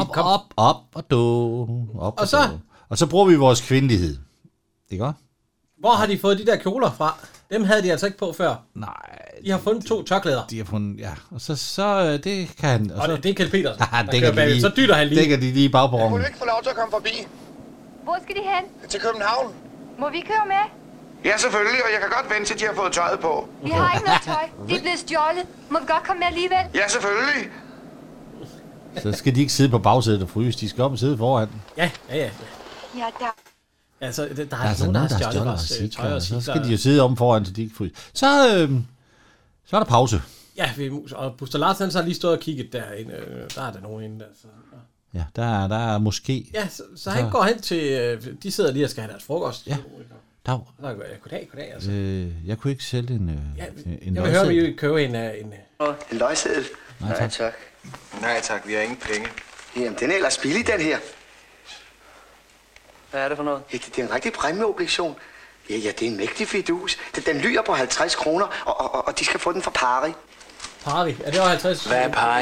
B: Og så bruger vi vores kvindelighed. Ikke også?
C: Hvor har de fået de der kjoler fra? Dem havde de altså ikke på før.
B: Nej.
C: De har fundet 2 tørklæder.
B: De har fundet, ja. Og så det kan han...
C: Og det er Kjeld Petersen,
B: så
C: dytter han lige.
B: Det kan de lige bag på rummet.
G: Kunne du ikke få lov til at komme forbi?
J: Hvor skal de hen?
G: Til København.
J: Må vi køre med?
G: Ja, selvfølgelig, og jeg kan godt vente til, de har fået tøjet på.
J: Vi har ikke noget tøj. Det er blevet stjålet. Må vi godt komme med alligevel?
G: Ja, selvfølgelig.
B: Så skal de ikke sidde på bagsædet og fryse. De skal op og sidde foran.
C: Ja.
J: Ja, der.
C: Altså, der er nogen, der har stjålet vores tøj og
B: så skal de jo sidde om foran, så de ikke fryser. Så er der pause.
C: Ja, og Buster Larsen så har lige stået og kigget derinde. Der er der nogen inde der. Så.
B: Ja, der er måske...
C: Ja, så han går hen til... De sidder lige og skal have deres frokost.
B: Ja.
C: Goddag, altså.
B: Jeg kunne ikke sælge en
C: jeg vil høre, om I vil købe en
G: løgseddel?
B: Nej, tak.
G: Nej tak, vi har ingen penge. Jamen, den er ellers billig, den her.
L: Hvad er det for noget?
G: Ja, det er en rigtig præmieobligation. Ja, det er en mægtig fidus. Den lyder på 50 kroner, og de skal få den fra Pari.
C: Pari? Er det også 50?
L: Hvad er Pari?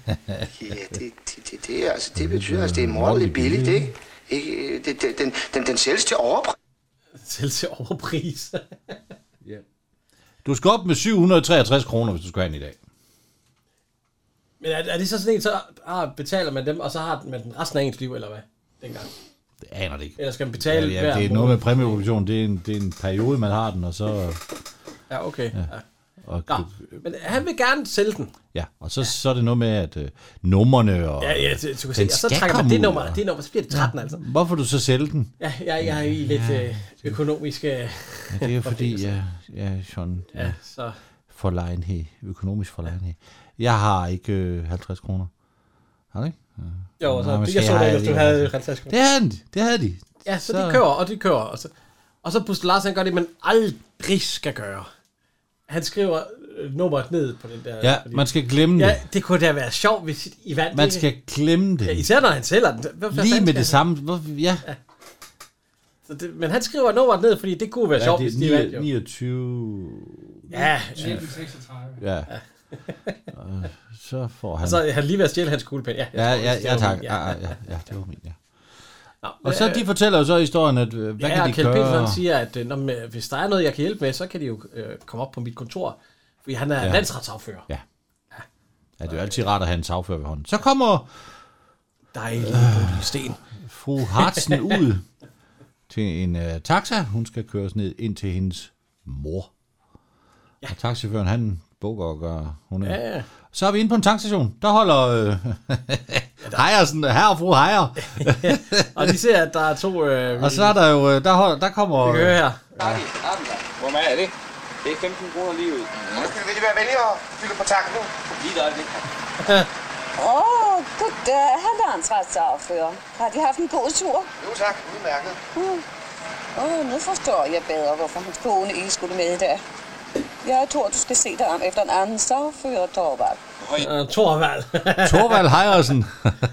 G: Ja, det betyder, at det er mordeligt billigt, ikke? Den sælges til overpris.
C: Sælges til overpris?
B: Ja. Du skal op med 763 kroner, hvis du skal have en i dag.
C: Men er det så sådan en, så betaler man dem, og så har man den resten af ens liv, eller hvad? Dengang.
B: Det aner det ikke.
C: Eller skal man betale hver
B: det er noget med præmieobligationen. Det er en periode, man har den, og så...
C: Ja, okay. Ja.
B: Og,
C: men han vil gerne sælge den.
B: Ja, og så er det noget med, at numrene og...
C: Ja, du kan se, og så trækker man det nummer, så bliver det 13, altså.
B: Hvorfor du så sælge den?
C: Ja, jeg er i lidt økonomiske...
B: Ja, det er jo fordi, jeg er sådan...
C: Ja, så...
B: Forlegenhed, økonomisk forlegenhed. Jeg har ikke 50 kroner. Har du ikke?
C: Jo, så jeg så det, hvis du havde 50 kroner.
B: Det havde de.
C: Ja, så de kører. Og så Buster Larsen gør det, man aldrig skal gøre. Han skriver nummeret ned på den der...
B: Ja, man skal glemme det.
C: Ja, det kunne da være sjovt, hvis I vandt.
B: Man skal glemme det.
C: Ja, især når han sælger den.
B: Lige med det samme. Ja.
C: Så men han skriver nummeret ned, fordi det kunne være sjovt, hvis de vandt.
B: 29...
C: Ja.
I: 36.
B: Ja. Så får han...
C: Og så han lige ved at stjæle hans kuglepen.
B: Ja, tak. Ja, det var min, ja. Og så de fortæller jo så historien, at hvad kan de
C: Kjeld
B: gøre?
C: Petersen siger, at hvis der er noget, jeg kan hjælpe med, så kan de jo komme op på mit kontor. Fordi han er landsretssagfører.
B: Ja, det er jo altid rart at have en sagfører ved hånden. Så kommer...
C: Dejlig sten.
B: Fru Hartsen ud til en taxa. Hun skal køres ned ind til hendes mor. Ja. Og taxichaufføren, han bukker og gør...
C: Ja.
B: Så er vi inde på en tankstation. Der holder Hejersen, herre og fru Hejer.
C: Og de ser, at der er 2...
B: og så er der jo... Der kommer...
C: Vi kan høre her.
L: Hvor meget er det? Det er 15 kroner lige ud.
G: Vil de være venlige at fylde på tanken nu?
L: Lige der er det.
M: Goddag, han er ansvarsagfører. Har de haft en god tur?
G: Jo tak, udmærket.
M: Nu forstår jeg bedre, hvorfor hans kone ikke skulle med i dag. Jeg tror, du skal se dig om efter en anden sagfører, Torvald.
B: Torvald Hejersen.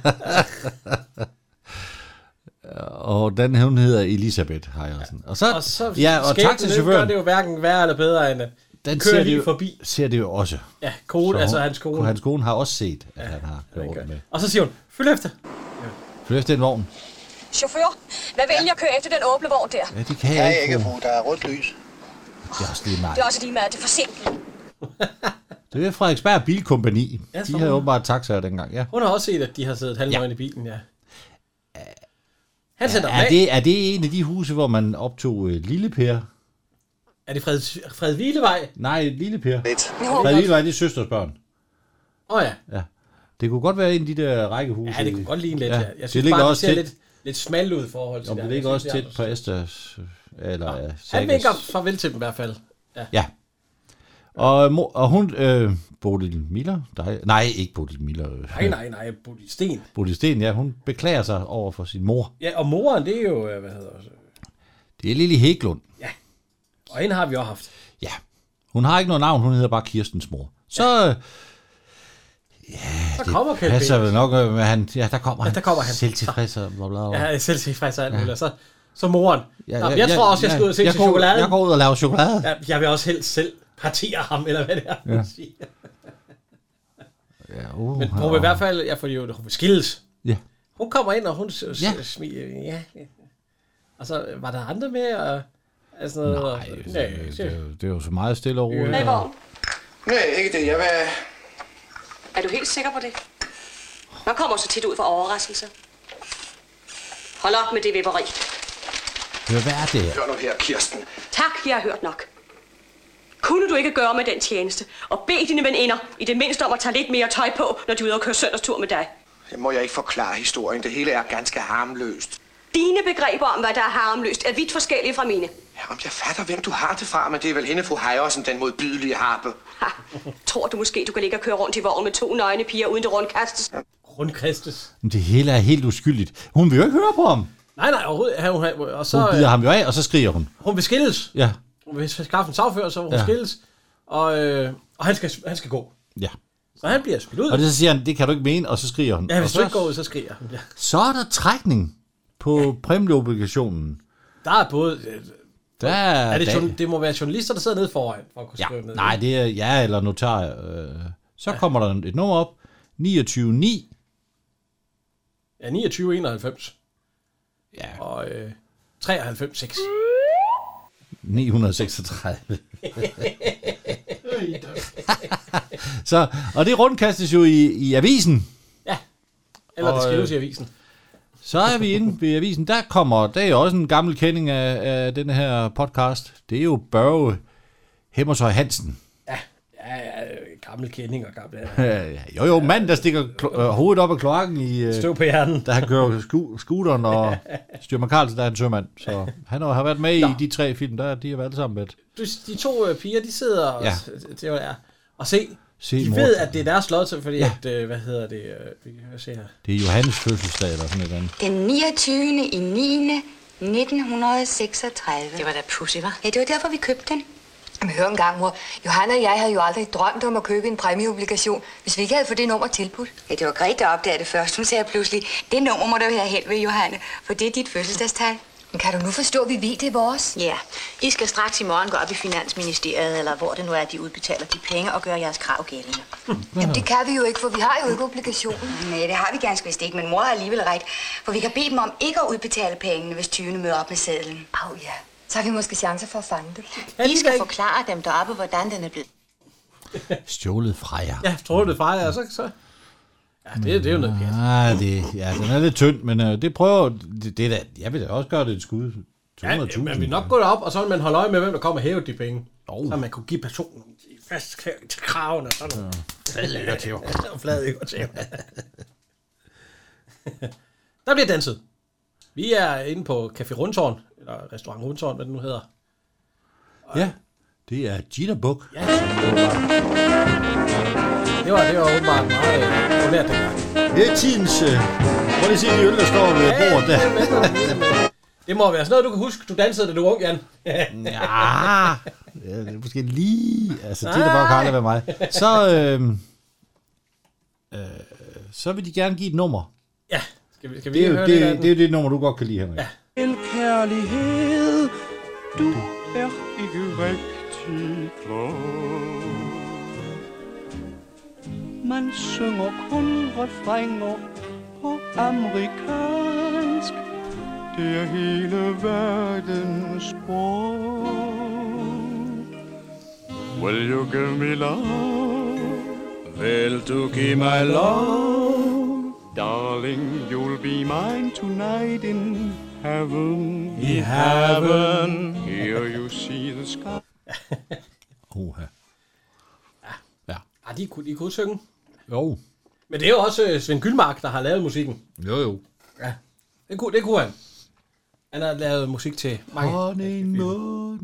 B: Og den hun hedder Elisabeth Hejersen. Og taxichaufføren
C: gør det jo hverken værre eller bedre end
B: den
C: kører lige forbi.
B: Ser det jo også.
C: Ja, kone, altså hans kone.
B: Hans kone har også set, at han har kørt med.
C: Og så siger hun, følg efter.
B: Følg efter den vogn.
H: Chauffør, hvad vil jeg køre efter den åbne vogn der?
B: Ja, det kan jeg ikke,
G: fru. Der er rødt lys.
B: Det er også lige meget.
H: Det er også lige meget, det er forsinket.
B: Det er Frederiksberg Bilkompagni.
C: Ja,
B: de havde åbenbart taxaer dengang, ja.
C: Hun har også set, at de har siddet halvnøgne i bilen, ja. Han
B: er det en af de huse, hvor man optog Lille Per?
C: Er det Fredvilevej?
B: Nej, Lille Per. Fredvilevej, det er søsters børn.
C: Ja.
B: Det kunne godt være en af de der rækkehuse.
C: Ja, det kunne godt ligne lidt, ja. Jeg synes
B: det ligger
C: bare,
B: også
C: det ser lidt smalt ud i forhold til
B: det. Det ligger også tæt på Esters. Eller
C: han vinker farvel til dem i hvert fald.
B: Ja. Og hun, Bodil Miller? Nej, ikke Bodil Miller.
C: Nej, Bodil Sten.
B: Bodil Sten, ja, hun beklager sig over for sin mor.
C: Ja, og moren, det er jo, hvad hedder det?
B: Det er Lili Hæglund.
C: Ja, og hende har vi også haft.
B: Ja, hun har ikke noget navn, hun hedder bare Kirstens mor. Så...
C: Så kommer
B: Kjeld Petersen. Passer vel nok med han. Ja, der kommer han. Selvtilfreds og blablabla.
C: Ja, selvtilfreds og alt muligt. Så moren. Jeg tror også, jeg skal ud og se til chokolade.
B: Jeg går ud og laver chokolade.
C: Ja, jeg vil også helst selv partere ham, eller hvad det er. Men hun vil i hvert fald, fordi hun vil skilles.
B: Ja.
C: Hun kommer ind, og hun smiler. Ja. Og så var der andre med, og altså noget.
B: Det er jo så meget stille og roligt.
H: Nej,
G: ikke det. Jeg vil...
H: Er du helt sikker på det? Man kommer så tit ud for overraskelser. Hold op med det vipperi.
B: Hvad er det?
G: Hør nu her, Kirsten.
H: Tak, jeg har hørt nok. Kunne du ikke gøre med den tjeneste og bede dine veninder i det mindste om at tage lidt mere tøj på, når de er ude og køre søndagstur med dig?
G: Det må jeg ikke forklare historien. Det hele er ganske harmløst.
H: Dine begreber om, hvad der er harmløst, er vidt forskellige fra mine.
G: Ja, om jeg fatter, hvem du har det fra, men det er vel hende, fru Hejersen, den modbydelige harpe.
H: Tror du måske, du kan ligge og køre rundt i vogn med 2 nøgne piger, uden det rundkastes?
C: Rundkastes?
B: Det hele er helt uskyldigt. Hun vil jo ikke høre på ham.
C: Nej, overhovedet. Og så,
B: hun bider ham jo af, og så skriger hun.
C: Hun vil skilles.
B: Ja.
C: Hun vil skaffe en sagfører, så hun skilles. Og han skal gå.
B: Ja.
C: Så han bliver smidt ud.
B: Og det så siger han, det kan du ikke mene, og så skriger hun.
C: Ja, hvis du ikke går ud, så skriger hun. Ja.
B: Så er der trækning på præmieobligationen.
C: Der er både... det må være journalister, der sidder nede foran, for at kunne skrive ned.
B: Nej, det er eller notar. Så kommer der et nummer op. 29.9.
C: Ja, 2991.
B: Ja.
C: Og 93.6.
B: 936. Så, og det rundkastes jo i avisen.
C: Ja, eller det skrives i avisen.
B: Så er vi inde ved avisen. Der er også en gammel kending af den her podcast. Det er jo Børge Hemmershøj Hansen.
C: Ja, gammel kending og gammel...
B: Jo, mand, der stikker hovedet op af kloakken i...
C: Støv på hjernen.
B: Da han kører scooteren, og Styrman Carlsen, der er en sømand. Så han har været med i de 3 film, de har været alle sammen med.
C: De 2 piger, de sidder og se. De ved, at det er deres lod, fordi at, hvad hedder det, vi kan se her.
B: Det er Johannes fødselsdag, eller sådan et andet.
J: Den 29. i 9. 1936.
F: Det var da pudsigt, hva'?
J: Ja, det var derfor, vi købte den. Men hør en gang, mor. Johanna og jeg havde jo aldrig drømt om at købe en præmieobligation, hvis vi ikke havde fået det nummer tilbudt. Ja, det var Grete, der opdagede det først. Hun sagde pludselig, det nummer må du have hen ved, Johanne, for det er dit fødselsdagstal. Men kan du nu forstå, at vi ved, det er vores?
F: Ja, I skal straks i morgen gå op i Finansministeriet, eller hvor det nu er, de udbetaler de penge, og gøre jeres krav gældende.
J: Jamen, det kan vi jo ikke, for vi har jo ikke obligationen. Nej, det har vi ganske vist ikke, men mor har alligevel ret. For vi kan bede dem om ikke at udbetale pengene, hvis tyvene møder op med sedlen. Ja. Så har vi måske chancer for at fange det.
F: I skal forklare dem deroppe, hvordan den er blevet.
B: Stjålet fra jer.
C: Ja, stjålet fra jer, så... Ja, det er jo noget pjat.
B: Den er lidt tynd, men det prøver... Jeg vil da også gøre det et skud. 200.000.
C: Men vi nok gå derop, og så vil man holde øje med, hvem der kommer og hæve de penge. Så man kunne give personen fast til kraven og sådan noget. Fladøgertæv. Der bliver danset. Vi er inde på Café Rundtårn, eller Restaurant Rundtårn, hvad det nu hedder.
B: Ja, det er Gina Buk.
C: Ja, det var åbenbart meget populært dengang.
B: Det er tidens... Prøv lige at se de øl, der står ved bordet der.
C: Det må være sådan noget, du kan huske. Du dansede, da du var ung, Jan.
B: Ja, det er måske lige... Altså, Gina Buk har aldrig været mig. Så vil de gerne give et nummer.
C: Ja, skal vi høre det?
B: Det er jo det nummer, du godt kan lide, Henrik.
C: Ja.
K: En kærlighed, du er ikke rigtig klar. Man synger kun refrænger på amerikansk. Det er hele verdens sprog. Will you give me love? Will you give my love? Darling, you'll be mine tonight in heaven.
C: I heaven.
K: Here you see the sky.
C: Ja, de kunne synge.
B: Jo.
C: Men det er jo også Svend Gyldmark, der har lavet musikken.
B: Jo.
C: Ja, det kunne han. Han har lavet musik til mange.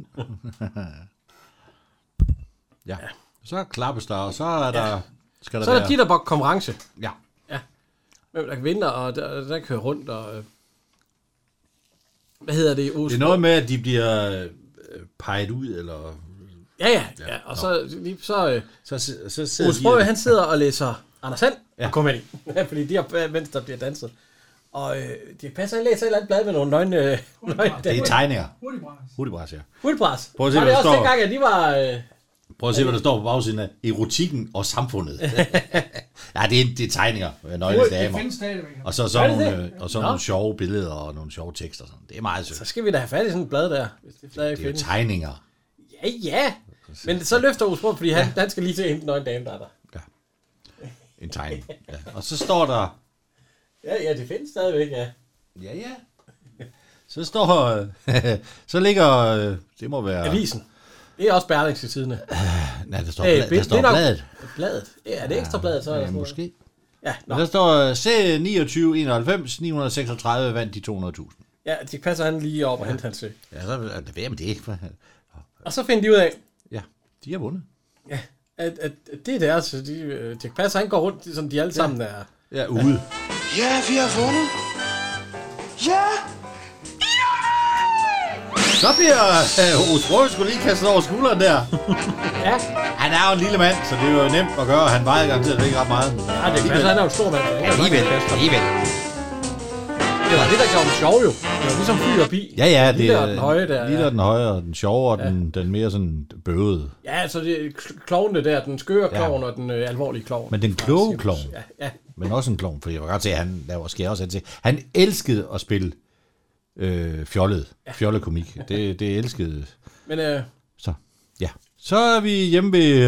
B: Ja. Så klappes der, og så er der... Skal der
C: så er der Gina Buk konkurrence.
B: Ja.
C: Hvem der kan vinde, og der kører rundt, og... Hvad hedder det?
B: Det er noget med, at de bliver peget ud, eller...
C: Ja. Og så Sprøge, han sidder og læser Anders Sand og komedi. Fordi de har, mens der bliver danset. Og de passer og læser et eller andet blad med nogle nøgne...
B: Det er tegninger.
I: Hurtigbræs,
B: ja.
C: Hurtigbræs.
B: Prøv at se,
C: var det også dengang, at de var...
B: Prøv at se, hvad der står på bagsiden af erotikken og samfundet. Ja, det er tegninger af nøgne damer. Og så nogle sjove billeder og nogle sjove tekster. Sådan. Det er meget sødt.
C: Så skal vi da have fat i sådan et blad der, hvis det stadig
B: findes. Det er tegninger.
C: Ja. Men så løfter Osbro, fordi han skal lige til at hente nøgne dame, der er der.
B: Ja. En tegning. Ja. Og så står der...
C: Ja, det findes stadigvæk, ja.
B: Ja. Så står... så ligger... det må være...
C: Avisen. Det er også Berlingske Tidende.
B: Nej, der står, der står bladet.
C: Bladet? Ja, er det ekstra bladet, så er der
B: måske.
C: Ja,
B: der står C2991 936 vandt de 200.000.
C: Ja, det passer han lige op og hente hans søg.
B: Ja, så hvad med det?
C: Og så finder de ud af...
B: Ja, de har vundet.
C: Ja, at det er deres... Det passer, han går rundt, som de alle sammen er...
B: Ja, ude.
G: Ja, vi har vundet. Ja!
B: Så bliver Osbro skulle lige kastet over skulderen der.
C: Ja.
B: Han er jo en lille mand, så det er jo nemt at gøre. Han vejer garanteret ikke ret meget.
C: Ja, det passer, han er jo en stor mand.
B: Alligevel.
C: Det var det, der gjorde dem sjov jo. Det var ligesom Fy og Bi.
B: Ja, det
C: Lille og den høje der.
B: Lille og den høje, og den sjove, og den mere sådan bøvede.
C: Ja, så det er klovnene der, den skøre klovn og den alvorlige klovn.
B: Men den kloge klovn.
C: Ja.
B: Men også en klovn, for jeg vil godt se, at han laver skære også til. Han elskede at spille fjollekomik. Det elskede.
C: Men
B: Så er vi hjemme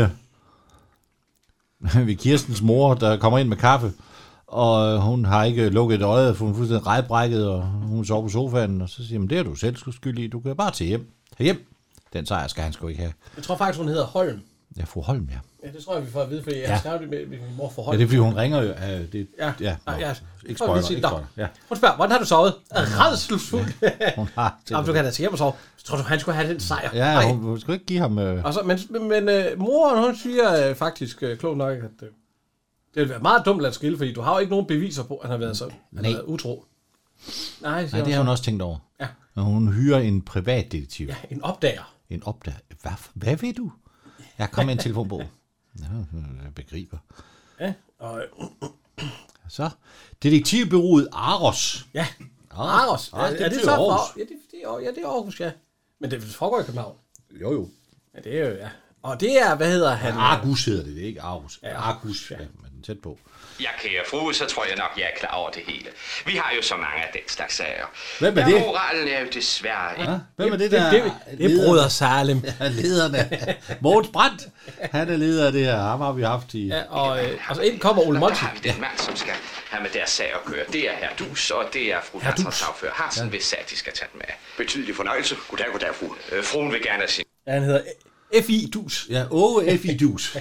B: ved Kirstens mor, der kommer ind med kaffe, og hun har ikke lukket et øje, for hun er fuldstændig rejbrækket, og hun sover på sofaen, og så siger man, det er du selv skyld i, du kan bare til hjem. Hjem. Den sejr skal han sgu ikke have.
C: Jeg tror faktisk, hun hedder Holm.
B: Ja, fru Holm, ja.
C: Ja, det tror jeg, vi får at vide, fordi jeg har skrevet det med min mor for Holm.
B: Ja, det er fordi, hun ringer jo.
C: Ikke
B: spoiler. Ja.
C: Hun spørger, hvordan har du sovet? Rædselsfuld.
B: Hun har.
C: Jamen, du kan da til hjem og sove. Så tror du, han skulle have den sejr?
B: Ja, hun skulle ikke give ham...
C: Og så, men moren, hun siger faktisk klogt nok, at det ville være meget dumt at skille, fordi du har jo ikke nogen beviser på, at han har været så utro. Nej,
B: det har hun også tænkt over.
C: Ja.
B: Når hun hyrer en privatdetektiv.
C: Ja, en opdager.
B: Hvad ved du? Jeg kom med en telefonbog. Ja, jeg begriber.
C: Ja, og...
B: Så, detektivbureauet Aros.
C: Ja, Aros.
B: Det er så Aarhus.
C: Ja, det er Aarhus, ja. Men det foregår i København.
B: Jo.
C: Ja, det er jo, ja. Og det er, hvad hedder han?
B: Argus hedder det er ikke Aarhus. Ja, Argus, ja, men tæt på.
N: Ja, kære frue, så tror jeg nok, jeg er klar over det hele. Vi har jo så mange af den slags sager.
B: Hvem er det?
N: Moralen er jo desværre...
B: Ja, hvem er det der?
C: Det er Broder Salem.
B: Ja, lederne. Mogens Brandt. Han er leder af det her. Ham har vi haft i...
C: Ja, og så ind kommer Ole Monti.
N: Der har vi den mand, som skal have med deres sag at køre. Det er herr Dus, og det er fru Lassers sagfører Harsen, hvis sag de skal tage den med.
O: Betydelig fornøjelse. Goddag, frue.
N: Fruen vil gerne sige...
C: Ja, han hedder F.I. Dus.
B: Ja, F.I. Dus.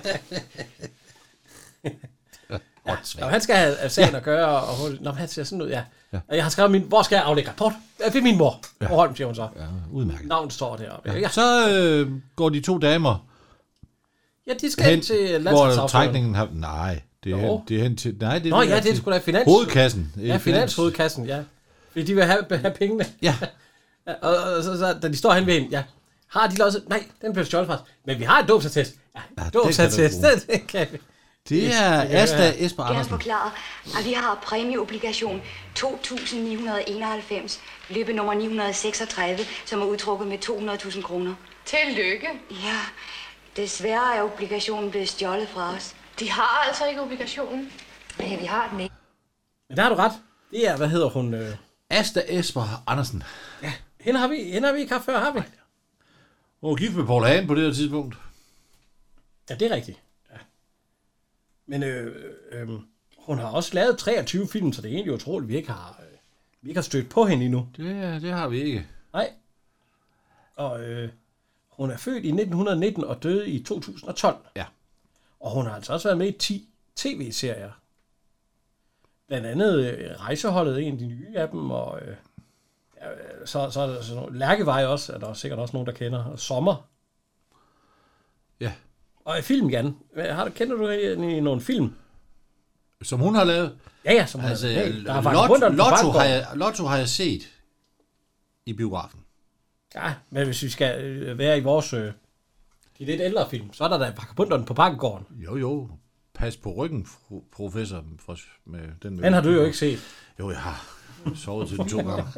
C: Og han skal have sagen at gøre, og han ser sådan ud, ja. Og jeg har skrevet hvor skal jeg aflægge rapport? Det er min mor. Ja. Holm, siger hun så.
B: Ja, udmærket.
C: Navnet står deroppe.
B: Ja. Så går de to damer
C: ja, de skal hen til landsretsaffæren.
B: Nej, det er hen til... Nej, det
C: er det er sgu da finans...
B: Hovedkassen.
C: Ja, finanshovedkassen, ja. Fordi de vil have pengene.
B: Ja.
C: Og så, da de står hen ved hende, ja. Har de også... Nej, den blev stjålet fra. Men vi har et dåbsattest. Ja, dåbsattest, det kan vi.
B: Det er Asta Esper Andersen.
J: Jeg forklare, at vi har præmieobligation 2.991, løbe nummer 936, som er udtrukket med 200.000 kroner.
P: Tillykke.
J: Ja, desværre er obligationen blevet stjålet fra os.
P: De har altså ikke obligationen.
J: Ja, vi har den ikke.
C: Men der har du ret. Det er, hvad hedder hun?
B: Asta Esper Andersen.
C: Ja, hende har vi ikke haft før, har vi?
B: Hun var gift med Paul Hagen på det her tidspunkt.
C: Ja, det er rigtigt. Ja. Men hun har også lavet 23 film, så det er egentlig utroligt, vi ikke har stødt på hende endnu.
B: Det har vi ikke.
C: Nej. Og hun er født i 1919 og døde i 2012.
B: Ja. Og
C: hun har altså også været med i 10 tv-serier. Blandt andet Rejseholdet, en af de nye af dem, og så er der sådan noget. Lærkevej også, er der sikkert også nogen, der kender. Og Sommer.
B: Ja.
C: Og film, Jan. Kender du i nogle film?
B: Som hun har lavet?
C: Ja, som hun
B: altså,
C: har lavet.
B: Lotto har jeg set i biografen.
C: Ja, men hvis vi skal være i vores... de lidt ældre film, så er der Vagabunderne på Bakkegården.
B: Jo. Pas på ryggen, professor. Med
C: den har du jo ikke set.
B: Jo, jeg har sovet til den 2 gange.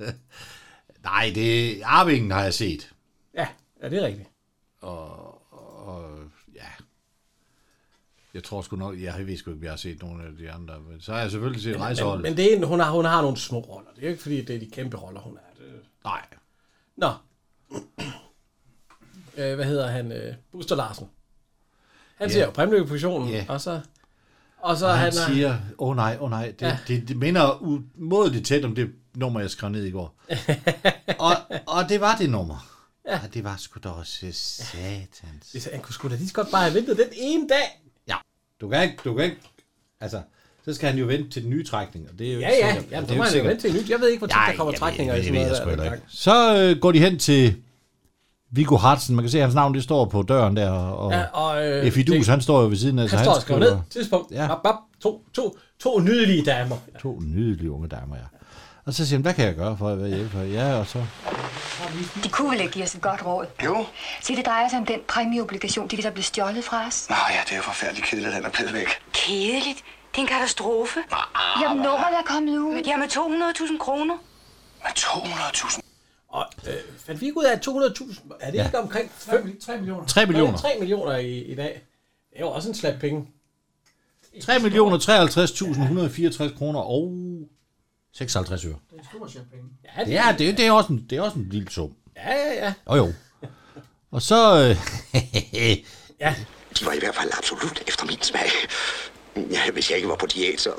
B: Nej, Arvingen har jeg set.
C: Ja, det er rigtigt.
B: Og Jeg tror sgu nok, jeg ved sgu ikke, vi har set nogle af de andre. Men så har jeg selvfølgelig set Rejseholdet.
C: Men det er, hun har nogle små roller. Det er ikke fordi, det er de kæmpe roller, hun er.
B: Nej.
C: Nå. Hvad hedder han? Buster Larsen. Han siger jo præmiepositionen, og så
B: han siger, nej, det minder umådeligt tæt om det nummer, jeg skrev ned i går. og det var det nummer. Ja. Og det var sgu da også satans.
C: Han kunne sgu da lige så godt bare have ventet den ene dag.
B: Ja, du kan ikke, altså, så skal han jo vente til den nye trækning, og det er jo ikke
C: sikkert. Ja, så må han jo vente til nyt. Jeg ved ikke, hvor tit der kommer trækninger i sådan noget der.
B: Så går de hen til Viggo Hartsen. Man kan se, hans navn, det står på døren der, og Efidus, han står jo ved siden af.
C: Han står og skriver ned. Tidspunkt. Ja. To nydelige damer.
B: Ja. 2 nydelige unge damer, ja. Og så siger han, hvad kan jeg gøre for at hjælpe her? Ja, og så...
J: De kunne vel ikke give os et godt råd?
O: Jo.
J: Se, det drejer sig om den præmieobligation, de der blev stjålet fra os.
O: Nå ja, det er jo forfærdeligt kedeligt, den er blevet væk.
J: Kedeligt? Det er en katastrofe. Jamen, nummeret er kommet ud. Ja, med 200.000 kroner.
O: Med 200.000?
C: Og fandt vi ikke ud af, at 200.000, er det ikke omkring
I: 3 millioner?
B: 3 millioner.
C: 3 millioner i dag. Det er jo også en slat penge.
B: 3.053.164 kroner og 56 øre.
I: Det er stor chat penge.
B: Ja, det er også en lille sum.
C: Ja.
B: Jo. Og så...
C: ja.
O: De var i hvert fald absolut efter min smag. Ja, hvis jeg ikke var på diæt, så...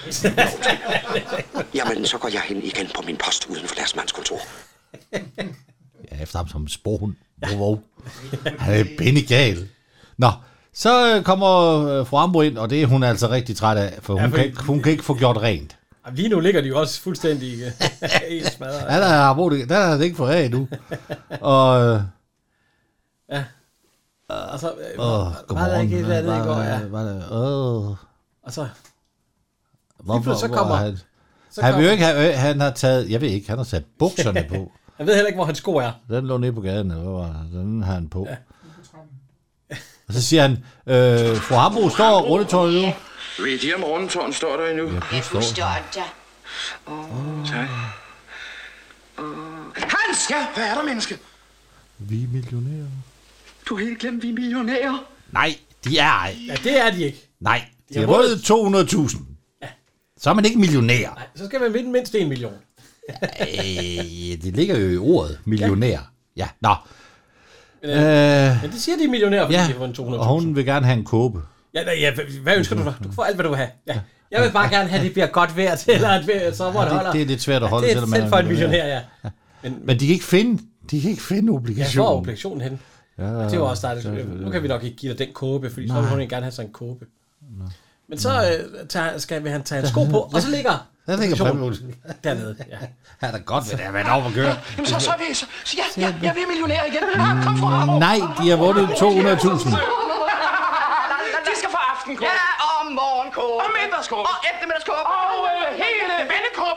O: Jamen, så går jeg hen igen på min post uden for deres mandskontor.
B: Ja, efter ham som sporhund. Wow. Han er pindegal. Nå, så kommer fru Ambo ind, og det er hun altså rigtig træt af, for hun kan ikke få gjort rent.
C: Lige nu ligger de jo også fuldstændig helt smadret.
B: Ja, der er det ikke for af nu. Og...
C: ja. Og så... var der ikke et eller andet i går, ja. Og så...
B: Hvorfor så kommer... Han vil jo ikke have... Han har taget... Jeg ved ikke, han har sat bukserne på.
C: Jeg ved heller ikke, hvor hans sko er.
B: Den lå nede på gaden, eller hvad var det? Den har han på. Ja. Og så siger han, fru Hambo står rundetårnet nu.
O: Ved I, om rundetårnet står der endnu?
B: Ja, det står
F: der.
O: Tak. Hans! Ja, hvad er der, menneske?
B: Vi er millionærer.
O: Du har helt glemt, vi er millionærer.
B: Nej, de er ej.
C: Ja, det er de ikke.
B: Nej, de har vundet 200.000. Ja. Så er man ikke millionær.
C: Nej, så skal man vinde mindst 1 million.
B: Det ligger jo i ordet, millionær. Ja, nå.
C: Men det siger de millionærer, fordi de har vundet 200.000.
B: Og hun vil gerne have en kåbe.
C: Ja, hvad ønsker du da? Du kan få alt, hvad du vil have. Ja. Jeg vil bare gerne have, at det bliver godt vejr til, eller at sommer holder.
B: Det er lidt svært at holde,
C: selvom man er for en millionær, ja.
B: Men de kan ikke finde obligationen.
C: Ja, hvor er obligationen hen? Ja, det var også dejligt. Nu kan vi nok ikke give dig den kåbe, fordi så vil hun gerne have sådan en kåbe. Nå. Men så vil han tage en sko på, og så ligger
B: obligationen
C: dernede. Ja.
B: Er der godt ved det, hvad der over at køre?
O: Jamen så er vi... Så jeg bliver millionær igen. Kom fra.
B: Nej, de har vundet 200.000.
O: De skal få aftenkåb. Ja, og morgenkåb. Og middagskåb. Og eftermiddagskåb. Og hele vendekåb.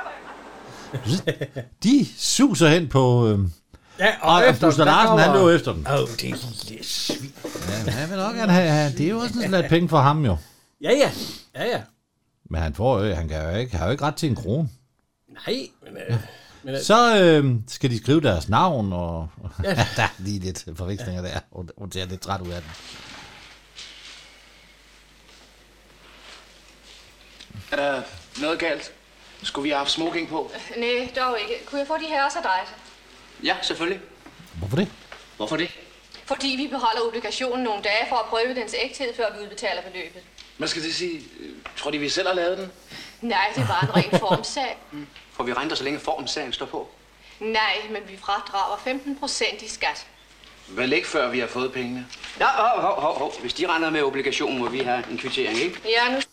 B: De suser hen på...
C: Ja, og
B: Buster Larsen, han løber efter dem.
C: Det er lille svin.
B: Ja, han vil nok gerne have... Det er jo også en slat penge for ham, jo.
C: Ja.
B: Men han har jo ikke ret til en krone.
C: Nej, men
B: så skal de skrive deres navn, og der er lige lidt forvekslinger der. Hun ser lidt træt ud af den.
O: Er der noget galt? Skulle vi have haft smoking på?
P: Nej, dog ikke. Kunne jeg få de her også af dig?
O: Ja, selvfølgelig.
B: Hvorfor det?
O: Hvorfor det?
P: Fordi vi beholder obligationen nogle dage for at prøve dens ægthed, før vi udbetaler beløbet.
O: Hvad skal det sige? Tror de, vi selv har lavet den?
P: Nej, det er bare en ren formsag.
O: Får vi renter, så længe formsagen står på?
P: Nej, men vi fradrager 15% i skat.
O: Vel ikke før vi har fået pengene? Ja, hov. Hvis de render med obligationen, må vi have en kvittering, ikke?
P: Ja, nu...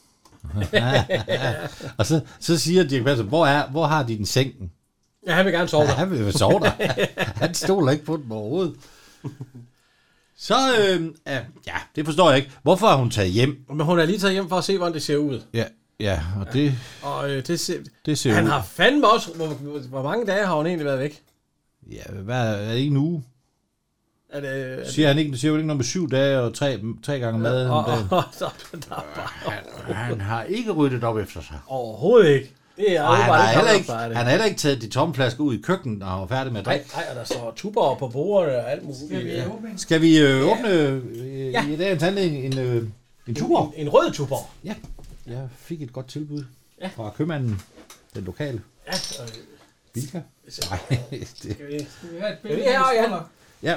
B: Og så siger Dirch Passer, hvor har de den sengen?
C: Ja, han vil gerne sove der.
B: Han vil sove der. Han stoler ikke på den overhovedet. Så, det forstår jeg ikke. Hvorfor er hun taget hjem?
C: Men hun er lige taget hjem for at se, hvordan det ser ud.
B: Ja, og det...
C: Og det
B: ser
C: han
B: ud.
C: har fandme også... Hvor mange dage har hun egentlig været væk?
B: Ja, er det ikke en uge? Siger han ikke, det siger jo ikke noget med 7 dage og 3 gange mad om dagen. Han har ikke ryddet op efter sig.
C: Overhovedet ikke. Det er
B: han har heller ikke taget de tomme flasker ud i køkkenet, og var færdig med at drikke.
C: Nej, og der står tuber på bordet og alt muligt.
B: Skal vi åbne i dagens handling En Tuborg?
C: En rød Tuborg.
B: Ja, jeg fik et godt tilbud
C: fra
B: købmanden, den lokale.
C: Ja.
B: Bilka? Nej, det...
C: Skal vi have et billede her,
B: Ja.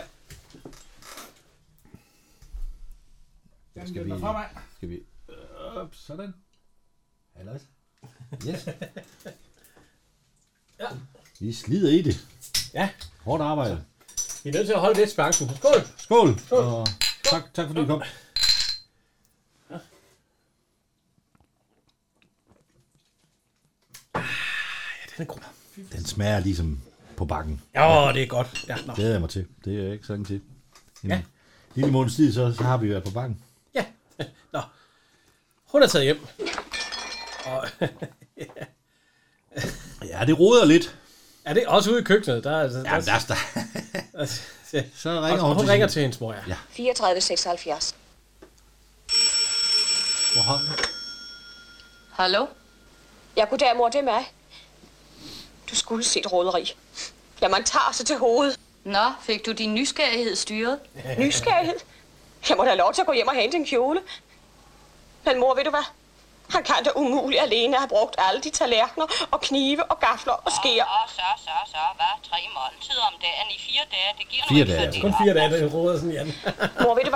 B: Skal vi... sådan. Halløj. Yes.
C: Ja.
B: Vi slider i det.
C: Ja.
B: Hårdt arbejde.
C: Vi er nødt til at holde lidt spirancen. Skål!
B: Skål! Og tak fordi du kom.
C: Ja. Ja, den er god.
B: Den smager ligesom på bakken.
C: Ja, det er godt. Ja,
B: det glæder jeg mig til. Det er jeg ikke sådan til. En lille måneds tid, så har vi været på bakken.
C: Ja. Nå. Hun er taget hjem. Og
B: ja, det roder lidt.
C: Ja, det er også ude i køkkenet. Der
B: så ringer hun
C: ringer til hendes mor,
M: ja. 3476.
P: Hallo?
H: Ja, goddag, mor, det er mig. Du skulle se et råderi. Ja, man tager sig til hovedet.
P: Nå, fik du din nysgerrighed styret?
H: Nysgerrighed? Jeg må da have lov til at gå hjem og hente en kjole. Men mor, ved du hvad? Han kan da umuligt alene have brugt alle de tallerkener og knive og gafler og skeer.
Q: Så, hvad? 3 måltider om dagen i 4 dage, det giver
B: 4 dage.
C: Kun 4 dage, det råder sådan, Jan.
H: Mor, ved du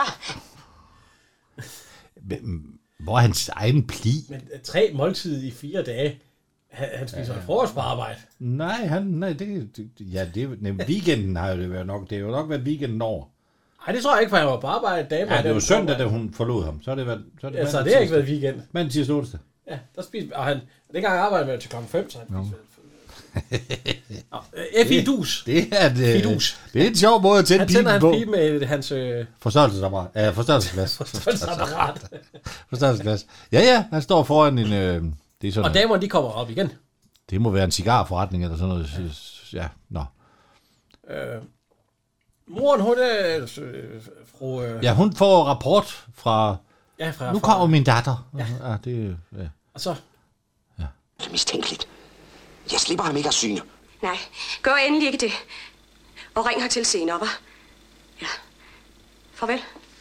H: hvad?
B: Hvor er hans egen pli?
C: Men 3 måltider i 4 dage. Han spiser frokost på arbejde.
B: Nej, weekenden har jo det været nok. Det har jo nok været weekenden over.
C: Nej, det tror jeg ikke, for han var på arbejde.
B: Ja, det var søndag, da hun forlod ham. Så har det været...
C: Så det har ikke været weekend.
B: Mandag, tirsdag, onsdag.
C: Ja, der spiste... Og han... Dengang jeg arbejdede med til klokken 5, så han spiste... F.I.Dus.
B: Det er en sjov måde at tænde pipen på.
C: Han tænder hans pipe med hans...
B: Forstørrelsesapparat. Forstørrelsesglas. Ja, han står foran en... det er sådan,
C: og damerne, de kommer op igen.
B: Det må være en cigarforretning eller sådan noget. Ja, nå.
C: Moren, hun er fru...
B: Ja, hun får rapport fra...
C: Ja, fra...
B: Nu kommer min datter.
C: Ja.
B: Det... Ja.
C: Og så...
G: Ja. Det er mistænkeligt. Jeg slipper ham ikke af syne.
H: Nej, gør endelig ikke det. Og ring her til senere, hva'? Ja. Farvel.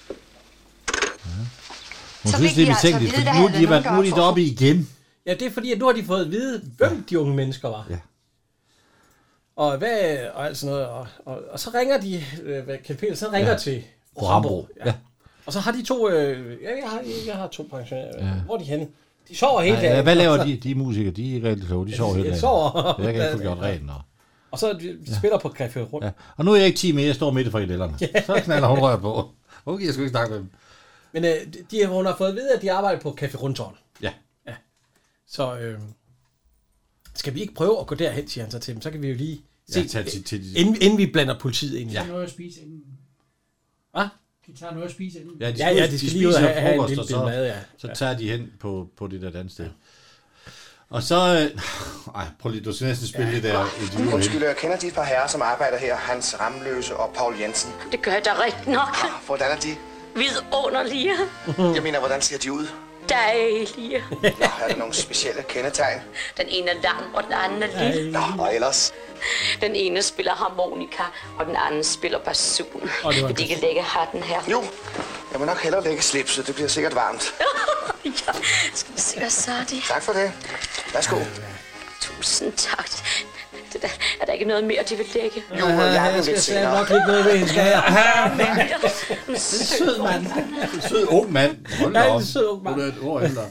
B: Hun synes, det er mistænkeligt, for nu er de deroppe igen.
C: Ja, det er fordi, at nu har de fået at vide, hvem de unge mennesker var.
B: Ja.
C: Og hvad, og alt sådan noget. Og så ringer de, Kjeld Petersen ringer til
B: Rambo. Ja.
C: Og så har de 2, jeg har 2 pensionærer. Ja. Hvor er de henne? De sover hele dagen.
B: Hvad laver de musikere? De er ikke rigtig kloge. De sover hele dagen. Jeg kan ikke få gjort rent.
C: Og så de spiller på Café Rundt.
B: Ja. Og nu er jeg ikke 10 mere, jeg står midt i frikadellerne. Ja. Så knalder hun rørt på. Okay, jeg skal ikke snakke med dem.
C: Men hun har fået at vide, at de arbejder på Café Rundtårn.
B: Ja.
C: Så skal vi ikke prøve at gå derhen, siger han så til dem. Så kan vi jo lige se, inden vi blander politiet ind.
I: De tager noget at spise inden.
C: Hvad?
I: De tager noget at spise inden.
C: Ja, de skal lige ud og have en lille mad, ja.
B: Så tager de hen på det der dansted. Og så... prøv lige, du skal næsten spille det der interview.
G: Undskyld, jeg kender de par herrer, som arbejder her. Hans Ramløse og Paul Jensen.
H: Det gør jeg da rigtig nok.
G: Hvordan er de?
H: Vidunderlige.
G: Jeg mener, hvordan ser de ud?
H: Dejlige.
G: Er der nogle specielle kendetegn?
H: Den ene er lang, og den anden er lille.
G: Nå, og ellers?
H: Den ene spiller harmonika, og den anden spiller basun. Vil de ikke lægge hatten her?
G: Jo, jeg må nok hellere lægge slipset. Det bliver sikkert varmt.
H: Ja, skal vi se, hvad så er det?
G: Tak for det. Værsgo.
H: Tusind tak. Det er der ikke noget mere, de vil lægge?
G: Jo, jeg skal
C: se nok lidt noget ved hende, skal jeg.
B: Det er sød mand. Det er sød ung mand. Hold da op. Det er sød ung mand. Det er et år ældre.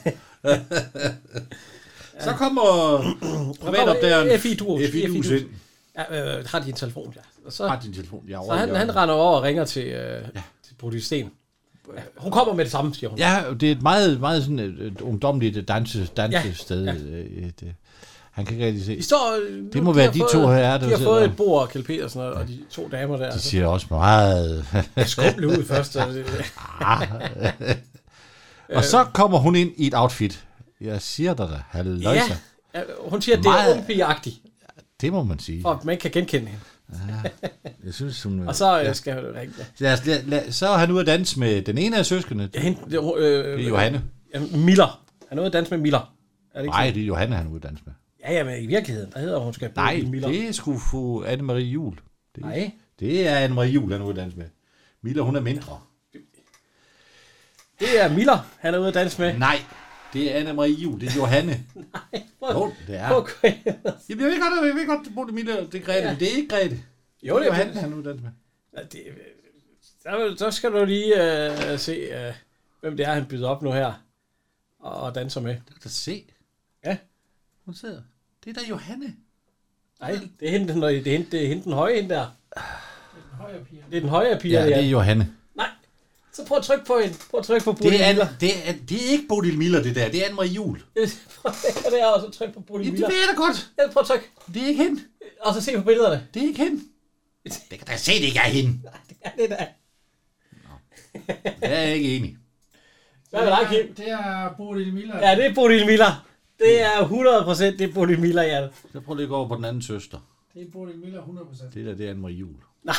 B: Så kommer privatopdageren F.I.Dus ind.
C: Har de en telefon, ja. Så,
B: har de en telefon, ja.
C: Så han render over og ringer til Bodil Sten. Hun kommer med det samme, siger hun.
B: Ja, det er et meget, meget sådan et ungdomligt dansested. Ja. Han kan ikke rigtig se. Det må være de 2 her.
C: De har fået et bord, Kjeld Petersen og de 2 damer der.
B: De siger også meget...
C: Skumle ud først.
B: Og så kommer hun ind i et outfit. Jeg siger dig da, halløjsa.
C: Ja, hun siger, at det er ungpigeagtigt.
B: Det må man sige.
C: For man kan genkende hende.
B: Jeg synes, hun...
C: Og så skal hun ringe.
B: Så er han ude at danse med den ene af søskende. Det er Johanne.
C: Miller. Han er ude at danse med Miller.
B: Nej, det er Johanne, han er ude at danse med.
C: Ja, men i virkeligheden, der hedder hun skal bo i Miller.
B: Nej, det er sgu fru Anne-Marie Juhl.
C: Nej.
B: Det er Anne-Marie Juhl, han er ude at danse med. Miller, hun er mindre.
C: Det er Miller, han er ude at danse med.
B: Nej, det er Anne-Marie Juhl, det er Johanne.
C: Nej,
B: jo, det er.
C: Okay.
B: Jamen, jeg ved godt, at Bodil Miller, det er Grete, men det er ikke Grete.
C: Jo, det er
B: Johanne, han er ude at danse med.
C: Så skal du lige se, hvem det er, han byder op nu her og danser med.
B: Det kan du se.
C: Ja.
B: Hun sidder. Det er da Johanne.
C: Nej, det er hende den høje hende der. Det er den højre pige.
B: Ja, det er Johanne.
C: Nej, så prøv at trykke på hende. Prøv at trykke på Bodil Miller.
B: Det er ikke Bodil Miller, det der. Det er Anne-Marie Juhl.
C: Prøv at det er også at trykke på Bodil Miller.
B: Det ved jeg da godt.
C: Ja, prøv at trykke.
B: Det er ikke hende.
C: Og så se på billederne.
B: Det er ikke hende. Det kan da se, det ikke er hende.
C: Nej, det er det da.
B: Det er jeg ikke enig.
C: Hvad er det, Kim?
I: Det er Bodil Miller.
C: Ja, det er Bodil Miller. Det er 100%, det er Bodil Miller, ja.
B: Så prøv lige at gå over på den anden søster.
I: Det er Bodil Miller 100%.
B: Det er Anne-Marie Juhl.
C: Nej.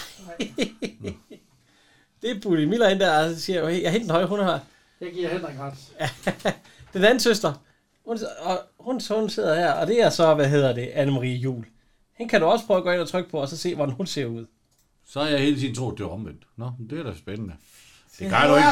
C: Det er Bodil Miller, hende der, og siger, jeg henter den høje, hun er her.
I: Jeg giver Henrik ret.
C: Den anden søster, hun sidder her, og det er så, Anne-Marie Juhl. Hende kan du også prøve at gå ind og trykke på, og så se, hvordan hun ser ud.
B: Så har jeg hele tiden troet, det var omvendt. Nå, det er da spændende. Det gør du ikke.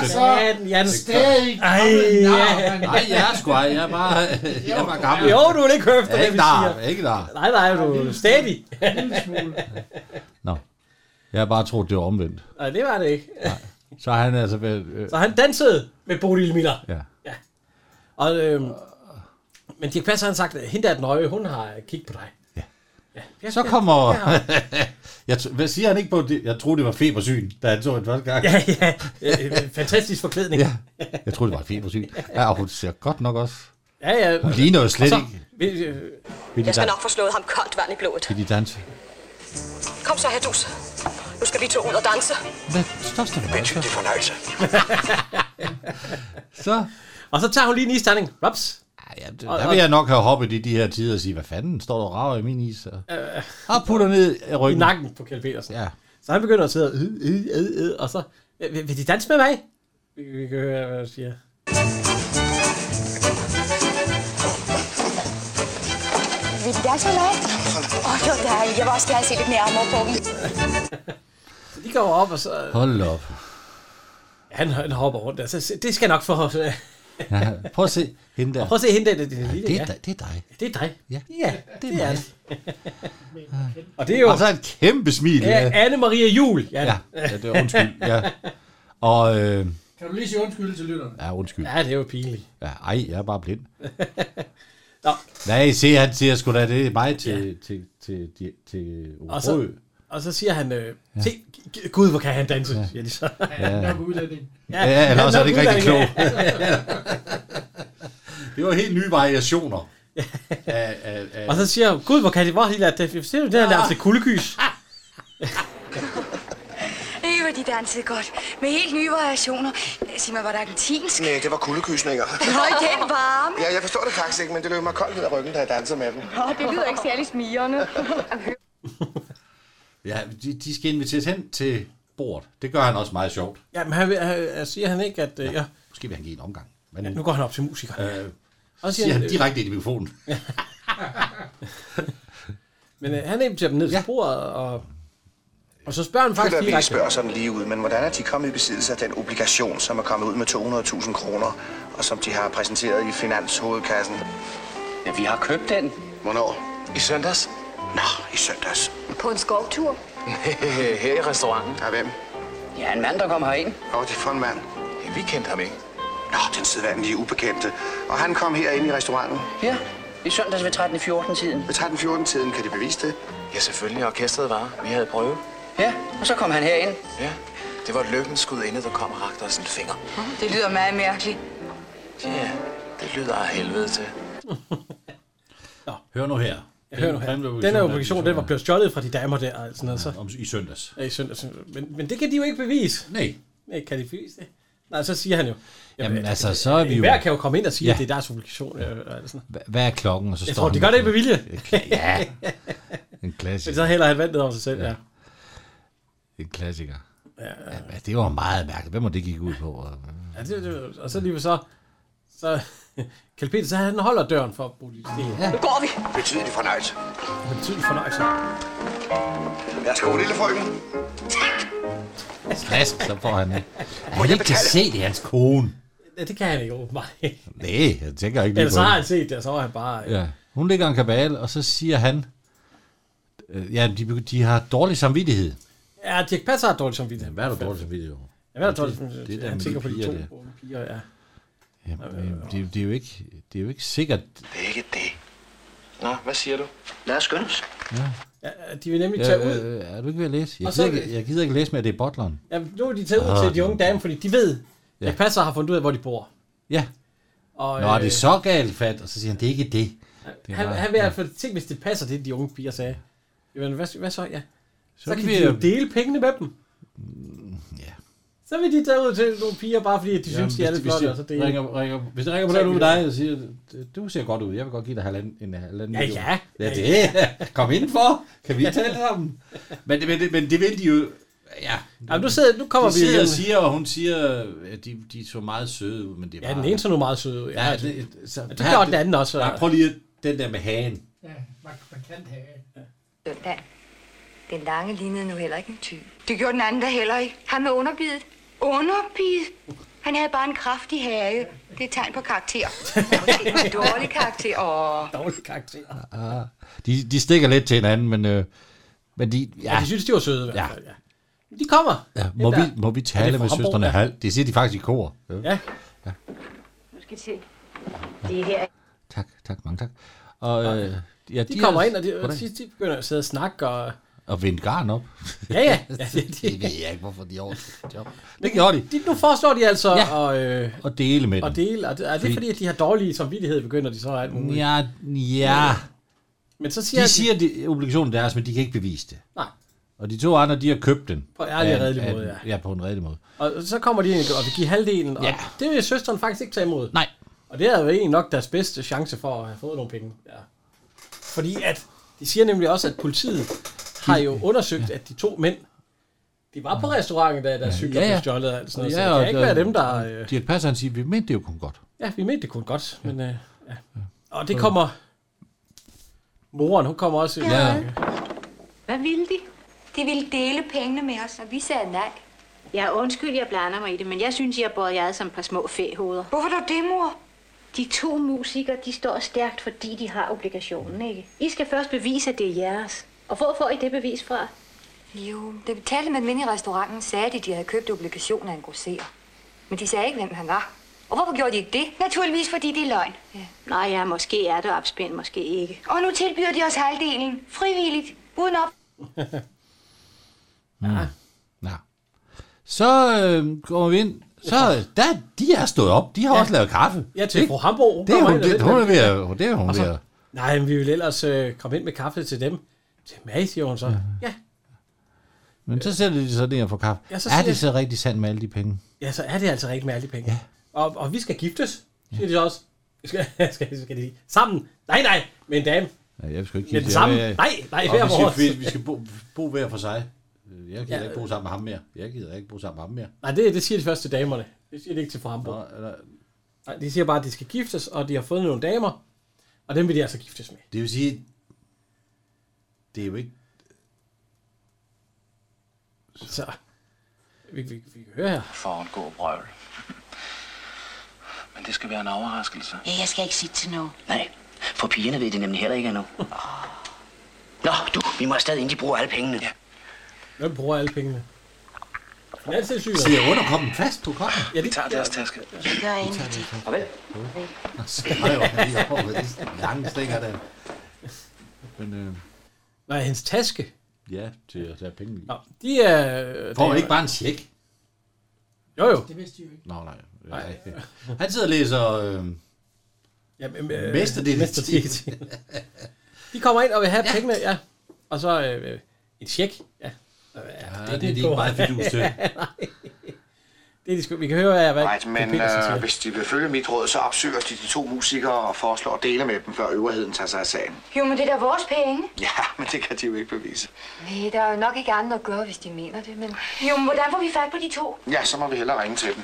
B: Nej, jeg er sgu ej. Jeg er bare gammel.
C: Jo, du vil ikke høre efter det, vi siger.
B: Ikke der.
C: Nej, du er stadig.
B: Nå, jeg har bare troet, det var omvendt.
C: Nej, det var det ikke.
B: Nej. Så han altså
C: så han dansede med Bodil Miller.
B: Ja.
C: Og, men Dirch Passer har sagt, at hende der den høje, hun har kigget på dig.
B: Ja. Så kommer... Hvad siger han ikke på det? Jeg troede, det var febersyn, da han så det første gang.
C: Ja. Fantastisk forklædning.
B: Ja. Jeg troede, det var febersyn. Ja, og hun ser godt nok også.
C: Ja.
B: Hun ligner jo slet ikke.
H: Jeg skal nok få slået ham koldt vand i blodet.
B: Vil de danse?
H: Kom så, Hedus. Nu skal vi to ud og danse.
B: Hvad? Stop.
E: Betydelig fornøjelse.
B: Så.
C: Og så tager hun lige en isterning. Raps.
B: Der vil jeg nok have hoppet i de her tider og sige, hvad fanden står der og rager i min is? Og putter ned i ryggen.
C: I nakken på Kjeld Petersen.
B: Ja.
C: Så han begynder at sidde og så... Vil de danse med mig? Vi kan høre, hvad jeg siger.
J: Vil de danse med mig? Det var dejligt. Jeg vil også gerne se lidt mere amor på dem.
C: Så de går op og så...
B: Hold op.
C: Han hopper rundt. Altså, det skal nok få...
B: Ja, prøv at se hende der.
C: Prøv at se hende der. Det
B: er dig.
C: Det er dig.
B: Ja,
C: det er det. Og det er jo...
B: Og så et kæmpe smil.
C: Ja, Anne-Marie Juhl.
B: Ja, det er undskyld. Ja. Og,
I: kan du lige sige undskyld til lytterne?
B: Ja, undskyld.
C: Ja, det er jo pinligt.
B: Ja, ej, jeg er bare blind.
C: Nå.
B: Nej, se, han siger sgu da, det er mig til
C: og så siger han, se, Gud, hvor kan han danse, siger de så.
I: Han er på udlænding.
B: Ja, eller også er det ikke rigtig klog. Det var helt nye variationer.
C: Og så siger han, Gud, hvor kan det være helt at det er det, der laver til kuldegys.
J: Hvor de dansede godt. Med helt nye variationer. Sig mig, var det argentinsk?
E: Nej, det var kuldekysninger.
J: Høj, den varme.
E: Ja, jeg forstår det faktisk ikke, men det løb mig koldt ned ad ryggen, da jeg dansede med dem.
J: Det lyder ikke særlig smirrende.
B: Ja, de skal inviteres hen til bordet. Det gør han også meget sjovt.
C: Ja, men han siger han ikke, at... Ja.
B: Måske vil han give en omgang. Men,
C: nu går han op til musikeren.
B: Og siger han direkte ind i mikrofonen.
C: Men han inviterer dem ned til bordet, og så spørger han faktisk
E: direkte... Vi spørger sådan lige ud, men hvordan er de kommet i besiddelse af den obligation, som er kommet ud med 200.000 kroner, og som de har præsenteret i Finanshovedkassen?
O: Ja, vi har købt den.
E: Hvornår? I søndags? Nå, i søndags.
J: På en skovtur?
E: Her i restauranten. Ja, hvem?
O: Ja, en mand, der kom herind.
E: Det er for en mand. Ja, vi kendte ham ikke. Nå, den sædvanlige ubekendte. Og han kom herinde i restauranten?
O: Ja, i søndags ved 13-14-tiden.
E: Ved 13-14-tiden, kan de bevise det?
L: Ja, selvfølgelig. Orkestret var. Vi havde prøve.
O: Ja, og så kom han herind.
L: Ja, det var lykkens skudinde, der kom og rakte os en finger.
J: Det lyder meget mærkeligt.
L: Ja, det lyder af helvede til.
B: Hør nu her.
C: Den her obligation, den var blevet stjålet fra de damer der. Altså, altså.
B: I søndags.
C: Ja, i søndags. Men det kan de jo ikke bevise.
B: Nej.
C: Kan de bevise det? Nej, så siger han jo.
B: Jamen altså, så er vi jo...
C: Hver kan jo komme ind og sige, at det er deres obligation.
B: Hvad er klokken? Og så
C: jeg tror, de gør det ikke med vilje.
B: Ja. En klassiker.
C: Men så hælder han vandet over sig selv, ja.
B: En klassiker. Ja, det var meget mærkeligt. Hvad må det gik ud på?
C: Ja, og så lige så Kjeld Petersen, han holder døren for Bodil.
E: Ja.
H: Nu går vi.
E: Betydelig fornøjelse.
C: Betydelig fornøjelse.
E: Værsgo, lille frøken.
B: Klask, så får han... Han ikke kan se, det er hans kone.
C: Ja, det kan han ikke åbenbart.
B: Nej, jeg tænker ikke lige
C: Ellers
B: på
C: har
B: det.
C: han set det, og så var han bare...
B: Ja. Hun ligger en kabale, og så siger han, de har dårlig samvittighed.
C: Ja, Dirch Passer har dårlig samvittighed.
B: Hvad er der dårlig samvittighed?
C: Ja, hvad er der dårlig samvittighed?
B: Det er
C: Han
B: der
C: tænker på
B: med
C: de to
B: piger,
C: piger, ja.
B: Det er jo ikke sikkert.
E: Det er ikke det. Nå, hvad siger du? Lad os skyndes.
C: Ja, de vil nemlig tage ud.
B: Er du ikke ved at læse?
C: Og så-
B: Jeg gider ikke læse med, at det er butleren.
C: Ja, nu er de taget ud til de unge damer, fordi de ved,
B: Ja.
C: Dirch Passer har fundet ud af, hvor de bor.
B: Ja.
C: Og,
B: Nå, det er så galt fat, og så siger han, det er ikke det. Det er
C: Han,
B: bare-
C: han vil i hvert fald tænke, hvis det passer det, de unge piger sagde. Jamen, hvad så? Ja. Så kan
B: vi-
C: de jo dele pengene med dem.
B: Ja.
C: Så vil de tage ud til nogle piger, bare fordi de synes, de er lidt flotte. Og så det
B: Hvis det ringer på den ud med dig og siger, du ser godt ud, jeg vil godt give dig halvanden million.
C: Ja.
B: Ja, det kom indenfor. Kan vi tale sammen? Men det vil de jo... Ja.
C: Jamen, nu kommer
B: de
C: vi
B: sidder
C: igen.
B: og siger, og hun siger, at de så meget søde ud, men det er
C: Ja,
B: bare...
C: den ene så nu meget sød ud.
B: Ja,
C: det gør den anden også.
B: Ja, prøv lige den der med hagen.
I: Ja, markant have.
J: Søndag. Den lange lignede nu heller ikke en tyv. Det gjorde den anden da heller ikke. Han med underbidet. Underbidet? Han havde bare en kraftig hage. Det er et tegn på karakter. Måske en dårlig karakter.
C: Dårlig karakter.
B: De stikker lidt til hinanden, men de...
C: Ja, de synes, de var søde i hvert fald. Ja. De kommer.
B: Ja,
C: Det
B: må vi tale med
C: Hamburg,
B: søstrene
C: ja.
B: Hal? Det siger de faktisk i kor.
C: Ja.
F: Nu skal vi se. Det er her.
B: Tak, mange tak. Og
C: De kommer ind, og de begynder at sidde og snakke.
B: Og vinde garn op.
C: Ja.
B: Det ved jeg ikke, hvorfor de overtog job. Det gjorde de.
C: Nu foreslår de altså
B: Og dele med dem.
C: og dele. Og er det fordi, at de har dårlig samvittighed, begynder de så alt muligt?
B: Ja.
C: Men så siger
B: De siger, at obligationen er deres, men de kan ikke bevise det.
C: Nej.
B: Og de to andre, de har købt den.
C: På en ærlig og redelig måde, ja.
B: Ja, på en redelig måde.
C: Og så kommer de ind og vil give halvdelen, og
B: Ja.
C: det vil søsteren faktisk ikke tage imod.
B: Nej.
C: Og det er jo egentlig nok deres bedste chance for at have fået nogle penge. Ja. Fordi at, de siger nemlig også, at politiet har jo undersøgt, at de to mænd, de var på restauranten, da deres cykler blev stjålet og alt sådan noget. Så det kan ikke være dem, der...
B: Dirch Passer, han siger, vi mente det jo kun godt.
C: Ja, vi mente det kun godt, men... ja. Og det kommer... Moren, hun kommer også...
J: Ja. Hvad ville de? De ville dele pengene med os, og vi sagde nej.
F: Ja, undskyld, jeg blander mig i det, men jeg synes, I har båret jer som et par små fæhoveder.
J: Hvorfor dog det, mor?
F: De to musikere, de står stærkt, fordi de har obligationen, ikke? I skal først bevise, at det er jeres. Og hvor får I det bevis fra?
J: Jo, da vi talte med dem inde i restauranten, sagde de, at de havde købt obligationen af en grosserer. Men de sagde ikke, hvem han var. Og hvorfor gjorde de ikke det? Naturligvis, fordi det er løgn.
F: Ja. Nej, ja, måske er det opspændt, måske ikke.
J: Og nu tilbyder de os halvdelen. Frivilligt. Uden op.
B: Ja. Så kommer vi ind. Så de er stået op. De har også lavet kaffe.
C: Ja, til fru Hamburg.
B: Det er hun ved at...
C: Nej, men vi vil ellers komme ind med kaffe til dem. Til mig, siger hun så. Ja.
B: Men så sætter de så ned og får kaffe.
C: Ja, så
B: er
C: siger-
B: det så rigtig sandt med alle de penge?
C: Ja, så er det altså rigtig med alle de penge. Ja. Og vi skal giftes, siger de så også. Skal de sammen? Nej, med en dame.
B: Ja, jeg skal ikke
C: Med den samme? Nej, hver vores.
B: Vi skal bo hver for sig. Jeg gider ikke bo sammen med ham mere. Jeg gider ikke bo sammen med ham mere.
C: Nej, det siger de først til damerne. Det siger de ikke til fru Hamburg. Nej, de siger bare, at de skal giftes, og de har fået nogle damer, og dem vil de altså giftes med.
B: Det vil sige, det er jo ikke...
C: Så, vi kan høre her.
L: For en god brøl. Men det skal være en overraskelse.
F: Ja, jeg skal ikke sige til noget.
O: Nej, for pigerne ved det nemlig heller ikke endnu. Nå, du, vi må stadig ind, de bruger alle pengene. Ja.
C: Hvem bruger alle pengene? Finanstilsynet.
B: Sidder underkommen fast på koppen?
C: Ja,
L: Vi tager deres taske.
F: Det gør jeg ikke.
O: Farvel.
B: Lange stikker der. Men,
C: Nej, hendes taske.
B: ja, til at tage penge i.
C: Nå, de er...
B: Får ikke bare en check?
C: Jo.
I: Det vidste de jo ikke.
B: Nå, nej. Han sidder og læser... Mesterdetektiv.
C: De kommer ind og vil have pengene, ja. Og så en check, ja.
B: Det er ikke meget fidus til.
C: Det er de sgu, vi kan høre, hvad
E: Right, men hvis de vil følge mit råd, så opsøger de to musikere og foreslår at dele med dem, før øverheden tager sig af sagen.
J: Jo, men det er da vores penge.
E: Ja, men det kan de jo ikke bevise.
J: Nej, der er jo nok ikke andet at gøre, hvis de mener det, men... Jo, men hvordan får vi fat på de to?
E: Ja, så må vi hellere ringe til dem.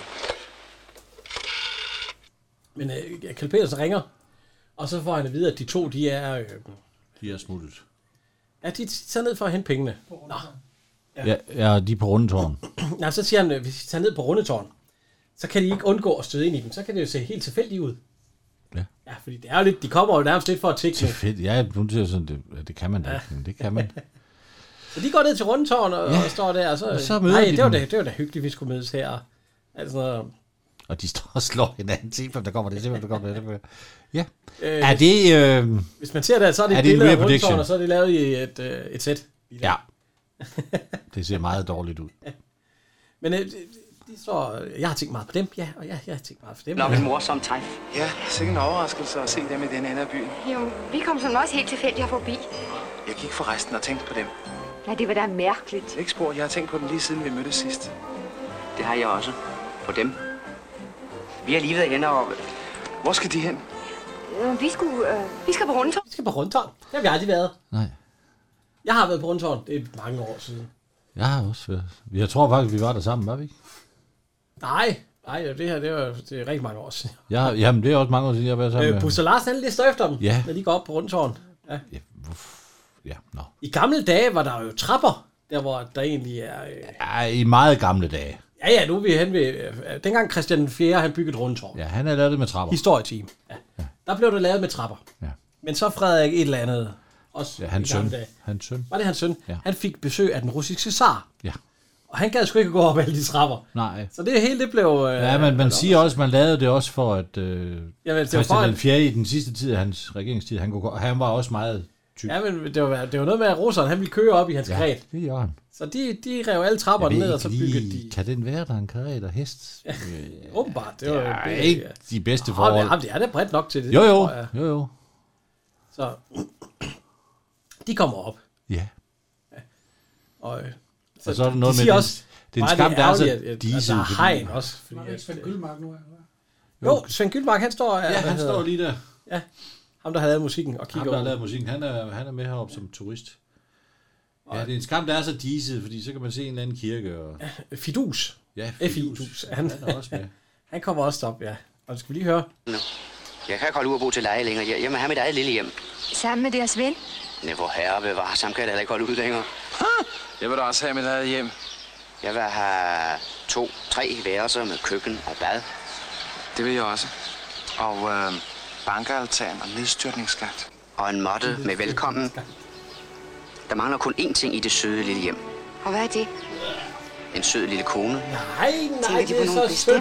C: Men Kjeld Petersen ringer, og så får han at vide, at de to, de er...
B: De er smuttet.
C: Ja, de tager ned for at hente pengene. Nå.
B: Ja, de er på Rundetårn.
C: Ja, så siger han, hvis vi tager ned på Rundetårn, så kan de ikke undgå at støde ind i dem. Så kan det jo se helt tilfældigt ud.
B: Ja.
C: Ja, fordi det er jo lidt, de kommer jo nærmest lidt for at tikke.
B: Tilfældigt? Ja, nu siger sådan, det kan man da ikke, men det kan man.
C: Så de går ned til Rundetårn og står der, og
B: så møder de dem.
C: Det var da hyggeligt, vi skulle mødes her. Altså,
B: og de står og slår hinanden. Se, hvem der kommer det. Ja. Er det...
C: hvis man ser det, så er det et billede af Rundetårn, og så er det lavet i et sæt.
B: Ja. Det ser meget dårligt ud.
C: Ja. Men de står... Jeg har tænkt meget på dem, ja, og jeg har tænkt meget på dem.
O: Nok en morsom tegn.
E: Ja, sikkert en overraskelse at se dem i den ende af byen.
J: Jo, vi kom som også helt tilfældigt forbi.
E: Jeg gik forresten og tænkte på dem.
J: Ja, det var da mærkeligt.
E: Ikke spor, jeg har tænkt på dem lige siden vi mødtes sidst.
O: Det har jeg også. På dem. Vi har lige været henne og...
E: Hvor skal de hen?
J: Vi skal på Rundetårn.
C: Vi skal på Rundetårn. Det har vi aldrig været.
B: Nej.
C: Jeg har været på Rundetårn. Det er mange år siden.
B: Jeg har også været. Jeg tror faktisk, vi var der sammen, var vi ikke?
C: Nej, det her det er rigtig mange år siden.
B: Jamen, det er også mange år siden, jeg har været sammen med...
C: Buster Larsen, han lister efter dem,
B: ja.
C: Når de går op på Rundetårn. Ja.
B: Ja, nå.
C: I gamle dage var der jo trapper, der hvor der egentlig er...
B: Ja, i meget gamle dage.
C: Ja, nu er vi hen ved... dengang Christian 4. han byggede Rundetårn.
B: Ja, han har lavet det med trapper.
C: Historieteam. Ja. Der blev det lavet med trapper.
B: Ja.
C: Men så Frederik et eller andet... Også
B: ja, hans søn.
C: Var det hans søn?
B: Ja.
C: Han fik besøg af den russiske zar.
B: Ja.
C: Og han gad sgu ikke gå op alle de trapper.
B: Nej.
C: Så det hele, det blev...
B: ja, men man siger også, man lavede det også for, at Christian den 4. i den sidste tid af hans regeringstid, han var også meget tyk.
C: Ja, men det var noget med, at russeren, han ville køre op i hans karet.
B: det gjorde han.
C: Så de rev alle trapperne ned, og så byggede de...
B: Kan den være, der er en karet og hest?
C: Ja, åbenbart. Det var
B: ikke de bedste forhold.
C: Ja, det er da bredt nok til det.
B: Jo.
C: Så de kommer op.
B: Ja.
C: Og
B: så er der noget med
C: også,
B: det er en skam, der er så
C: diesel. Der er hegn også.
I: Var det ikke Svend Gyldmark nu?
C: Jo, Svend Gyldmark, han står...
B: Ja, han står lige der.
C: Ja, ham der har lavet musikken og kigger
B: ham, der har lavet musikken, han er med heroppe som turist. Ja, det er en skam, der er så diesel, fordi så kan man se en eller anden kirke. Og...
C: Ja, Fidus.
B: Ja,
C: Fidus. Han
B: er også med.
C: Han kommer også op, ja. Og det skal vi lige høre.
O: Jeg kan ikke holde ud og bo til leje længere. Jeg må have mit eget lille hjem.
J: Sammen med deres ven?
O: Nej, hvor herre bevarer. Sammen kan jeg da ikke holde ud længere.
E: Jeg vil da også have mit eget hjem.
O: Jeg vil have 2-3 værelser med køkken og bad.
E: Det vil jeg også. Og bankealtan og nedstyrtningsskat.
O: Og en måtte med velkommen. Der mangler kun én ting i det søde lille hjem.
J: Og hvad er det?
O: En sød lille kone.
C: Nej, det er så sødt.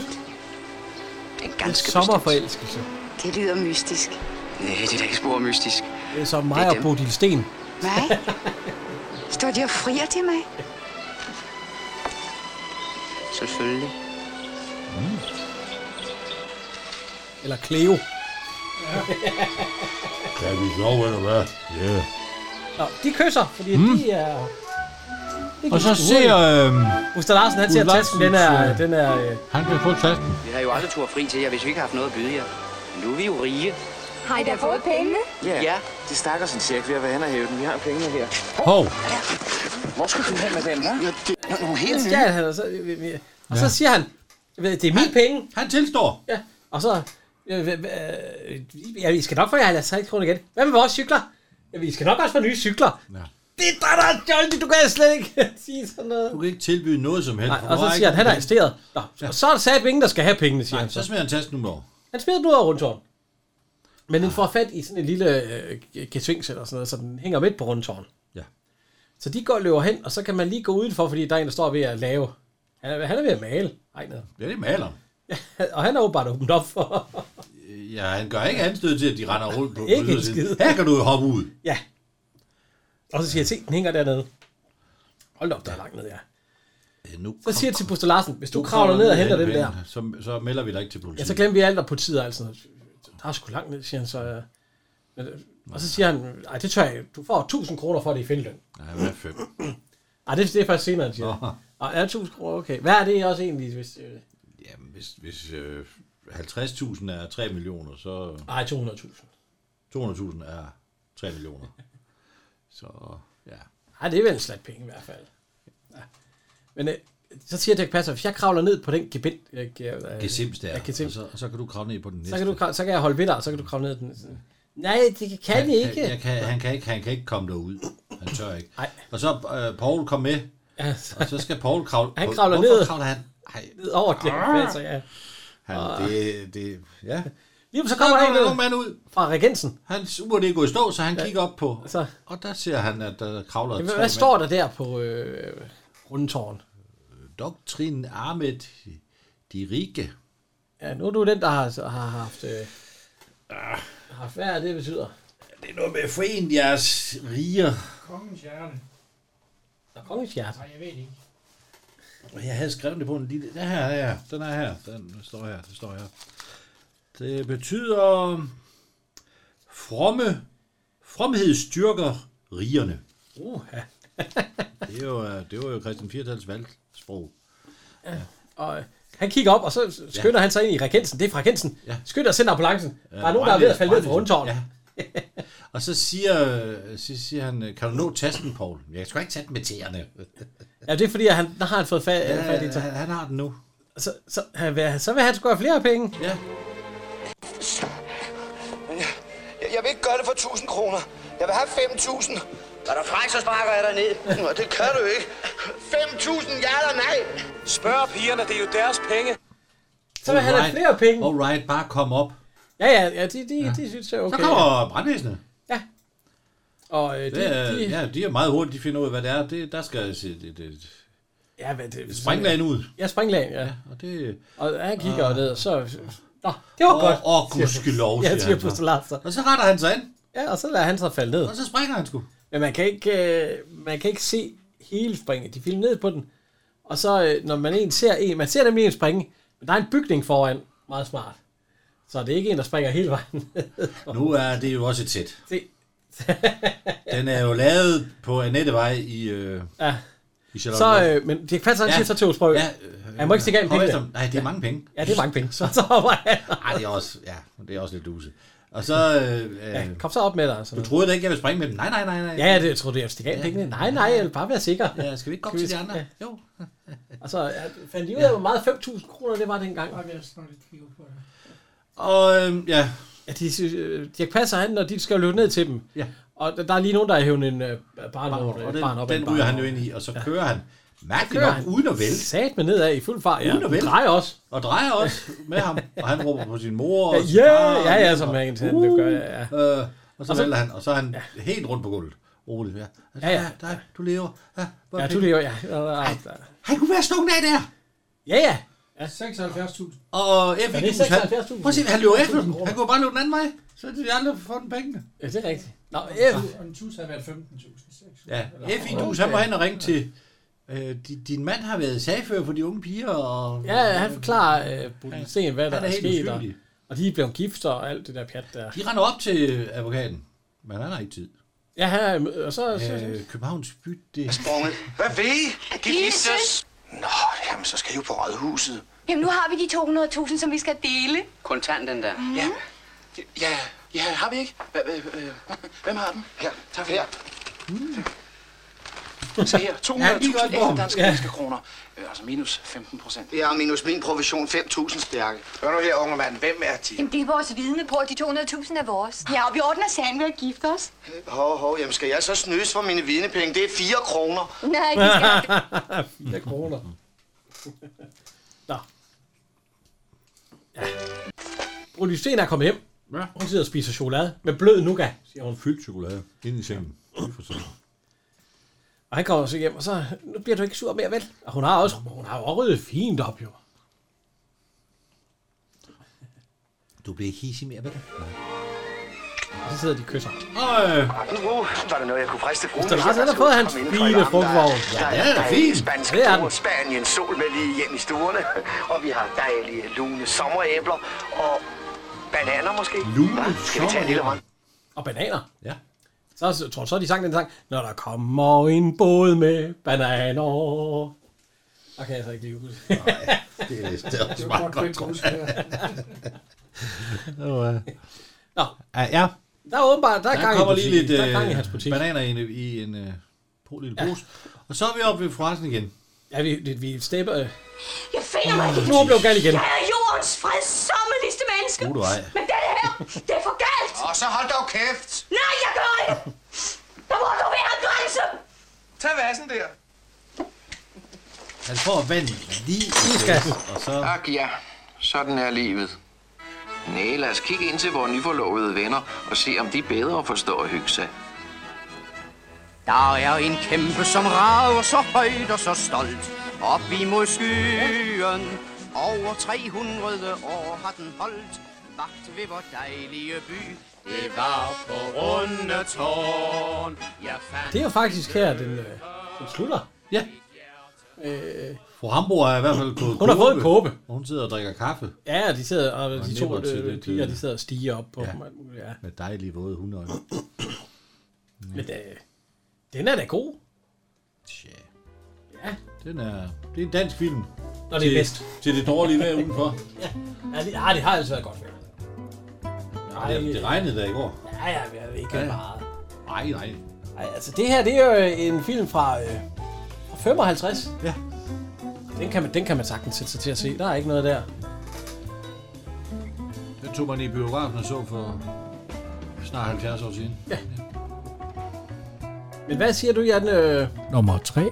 O: En ganske
C: sommerforelskelse.
J: Det lyder mystisk.
O: Nej, det er da ikke spor mystisk.
C: Det er så mig og Bodil Sten.
J: Hvad? Står de og frier til mig?
O: Selvfølgelig.
C: Eller Cleo.
B: Kan vi sove, eller hvad? Ja.
C: Nå, de kysser, fordi de er...
B: Og så ser...
C: Buster Larsen, han ser tasken, den er...
B: Han kan få tasken.
O: Vi har jo aldrig tur fri til jer, hvis vi ikke har haft noget at byde jer. Nu er vi jo rige.
J: Har I da fået penge?
O: Ja.
E: Det stakker sin cirk ved at være hen og hæve den. Vi har pengene her.
B: Hov!
E: Hvor skal du hen med dem, hva'? Det er nogle helt
C: nye. Og så siger han, det er mine penge.
B: Han tilstår.
C: Ja, og så... I skal nok få jer 50 kroner igen. Hvad med vores cykler? Ja, vi skal nok også få nye cykler. Ja. Det er der er Johnny, du kan slet ikke sige sådan noget.
B: Du kan ikke tilbyde noget som helst.
C: Nej, og så siger han er arresteret. Nå, ja. Så er der sat ingen, der skal have pengene, siger han.
B: Så smider han tasken nu over.
C: Han smider den ud af Rundetårn. Men den får fat i sådan en lille gesvings eller sådan noget, så den hænger midt på Rundetårn.
B: Ja.
C: Så de går og løber hen, og så kan man lige gå udenfor, fordi der er en, der står ved at lave. Han er ved at male.
B: Ja, det er maleren.
C: Ja, og han er jo bare åbent op for...
B: Ja, han gør ikke anstød til, at de render rundt på
C: ikke en skid.
B: Her kan du hoppe ud.
C: Ja. Og så siger jeg, se, den hænger dernede. Hold da op, der er langt ned, ja. Så siger jeg til Buster Larsen, hvis du kravler ned og henter den der,
B: så melder vi dig ikke til politiet.
C: Ja, så glemmer vi alt, og politiet og alt sådan noget. Der er sgu langt ned, siger han så. Og så siger han, ej, det tør jeg, du får 1000 kroner for det i Finland.
B: Nej, hvad er 5?
C: Ej, det er faktisk senere, han siger. Ej, er 1000 kroner, okay. Hvad er det også egentlig, hvis...
B: Jamen, hvis 50.000 er 3 millioner, så...
C: Ej, 200.000.
B: 200.000 er 3 millioner. Så, ja.
C: Ej, det er vel en slat penge i hvert fald. Ja. Men så siger Dirch Passer, hvis jeg kravler ned på den
B: gesims der, så kan du kravle ned på den næste.
C: Så kan jeg holde ved dig, og så kan du kravle ned den. Nej, det kan jeg ikke.
B: Han kan ikke komme derud. Han tør ikke.
C: Nej.
B: Og så Paul kom med, og så skal Paul kravle.
C: Han kravler ned.
B: Kravler han?
C: ned over Dirk Passer, ja.
B: Ja.
C: Jamen, så kommer der
B: en mand ud
C: fra regensen.
B: Hans ur det er gået i stå, så han kigger op på, og der ser han, at der kravler
C: Jamen, hvad står der der på Rundetårn?
B: Doktrin Ahmed de Rike.
C: Ja, nu er du den, der har haft hvad er det betyder?
B: Det er noget med at forene jeres riger.
I: Kongens hjerte.
C: Kongens hjerte?
I: Nej, jeg ved ikke.
B: Jeg havde skrevet det på en lille... Den er her. Den står her. Det betyder... Fromhed styrker rigerne.
C: Ja.
B: det var jo Christian Viertals valgsprog.
C: Ja. Og han kigger op, og så skynder han sig ind i regensen. Det er fra regensen. Ja. Skynder og sender ambulancen. Der er nogen, der er ved at falde ned fra Rundetårn.
B: Ja. Og så siger han, kan du nå tasken, Poul? Jeg skal ikke tage den med tæerne.
C: Ja, det er fordi, han har fået fat i det.
B: Han har den nu.
C: Så vil han sgu have flere penge.
B: Ja.
G: Jeg vil ikke gøre det for 1000 kroner. Jeg vil have 5000.
O: Er der fræk, så sparker jeg dig ned.
G: Nå, det kan du ikke. 5000, ja eller nej?
L: Spørg pigerne, det er jo deres penge.
C: Så vil han have flere penge.
B: Alright, bare kom op.
C: Ja, de synes jeg okay.
B: Så kommer brandvæsenet.
C: Ja. Og
B: de er meget hurtigt, de finder ud af, hvad det er. Der skal se
C: ja, men det
B: springlagen ud.
C: Ja, springlagen, ja. Og han kigger ned, og så... Nå, det var godt.
B: Gudskelov,
C: ja, siger Postulaster.
B: Og så retter han sig ind.
C: Ja, og så lader han sig falde ned.
B: Og så springer han sgu.
C: Men man kan ikke se hele springet. De filmer ned på den. Og så, når man ser nemlig en springe, men der er en bygning foran. Meget smart. Så det er ikke en, der springer hele vejen.
B: Nu er det jo også et sæt. Den er jo lavet på Annettevej i
C: så, men det kan faktisk til Osprø. Ja, han må ikke stikke af med penge.
B: Nej, det er mange penge.
C: Ja, det er mange penge. Så hopper han.
B: Nej, det er også lidt duse. Og så...
C: kom så op med dig.
B: Du troede da ikke, jeg ville springe med dem? Nej.
C: Ja, det troede jeg ville stikke af pengene. Nej, jeg vil bare være sikker.
B: Ja, skal vi ikke gå til de andre? Jo.
C: Og så fandt de ud af, hvor meget 5.000 kroner det var dengang.
B: Og
C: ja, de passer han, når de skal løbe ned til dem.
B: Ja.
C: Og der er lige nogen, der er hævet en barn op.
B: Den ryger han jo ind i, og så kører han mærkeligt nok uden at vælte.
C: Sat med nedad i fuld fart.
B: Uden at vælte.
C: Og
B: drejer også med ham. Og han råber på sin mor. Og
C: ja, som man kan
B: gøre. Og så vælter han, og så er han helt rundt på gulvet. Roligt. Ja. Du lever.
C: Ja, du lever, ja.
B: Han kunne være stukket af der.
C: Ja.
I: 76.000.
B: Og F.I.D.U.S. Prøv at se, han løber efter dem. Han kunne bare løbe den anden vej. Så de aldrig får den pengene.
C: Ja, det er rigtigt. Nå,
I: og en tus har været 15.000.
B: Ja, F.I.D.U.S. han må hen og ringe til... din mand har været sagfører for de unge piger, og...
C: Ja, han forklarer Sten, hvad der er sket, og de er blevet gift og alt det der pjat der.
B: De render op til advokaten, men han har ikke tid.
C: Ja, og så...
B: Københavns by, det...
G: Sprunget. Hvad vil I? Giftes? Nå, jamen, så skal I jo på rådhuset.
J: Jamen, nu har vi de 200.000, som vi skal dele.
O: Kontanten der.
J: Mm.
G: Ja, har vi ikke? Hvem har den? Her, tag her. Se her, 200.000 ekstra danske kroner. Altså minus 15%. Ja, minus min provision 5.000 stærke. Hør nu her, unge mand. Hvem er de?
J: Jamen, det er vores vidne på, at de 200.000 er vores. Ja, og vi ordner sagen ved at gifte os.
G: Jamen skal jeg så snydes for mine vidnepenge? Det er 4 kroner.
J: Nej, det skal
C: 4 kroner. Nå. Ja. Brudisen er kommet hjem. Ja. Hun sidder og spiser chokolade med blød nougat, siger hun.
B: Fyldt chokolade ind i sengen.
C: Og han kommer så hjem, og så, nu bliver du ikke sur mere, vel? Og hun har jo ryddet fint op, jo.
B: Du bliver ikke hissig mere, vel? Nej.
C: Og så sidder de og kysser.
G: Var det noget, jeg kunne friste fruen?
C: Mr. Lars, han har fået hans fine frugtvogn.
G: Ja, det er fint. Spansk bror, Spanien, sol med lige hjem i stuerne. Og vi har dejlige lune sommeræbler og bananer måske. Skal vi tage en lille hånd?
C: Og bananer?
B: Ja.
C: Så tror så de sang den sang, når der kommer en båd med bananer. Okay, jeg så ikke lige huske.
B: Nej, det er også meget godt, tror jeg.
C: Nå.
B: Ja.
C: Der er åbenbart, der
B: kommer lige
C: lidt
B: bananer i en lille pose. Og så er vi oppe ved forresten igen.
C: Ja, vi stepper...
H: Jeg finder mig ikke.
C: Nu blev galt igen.
H: Jeg er jordens fredsommeligste menneske. Men det her, det er for galt.
G: Og så hold dog kæft.
H: Nej, jeg gør ikke. Der må du være en grænse.
G: Tag vasen der.
B: Han får vand lige og så...
D: Ak ja, sådan er livet. Nej, lad os kigge ind til vores nyforlovede venner og se, om de bedre forstår at hygge sig.
O: Der er en kæmpe, som rager så højt og så stolt op imod skyen. Over 300 år har den holdt vagt ved vor dejlige by. Det var på Rundetårn.
C: Det er jo faktisk her, den slutter.
B: Ja. Fru Hamburg er i hvert fald på
C: Hun har fået en kåbe.
B: Hun sidder og drikker kaffe.
C: Ja, de sidder, og de to piger, de sidder og stiger op på dem.
B: Ja. Med dejlige våde hundeøjne.
C: Men den er da god. Ja.
B: Det er en dansk film.
C: Når det er bedst.
B: Til det dårlige vejr udenfor.
C: Ja, det har altså været godt vejr.
B: Det regnede der i går.
C: Ja, ikke meget.
B: Nej.
C: Ej, altså det her, det er jo en film fra 55.
B: Ja.
C: Den kan man sagtens sætte sig til at se. Der er ikke noget der.
B: Den tog man i biografen og så for snart 70 år siden.
C: Ja. Men hvad siger du, Jan?
A: Nummer 3.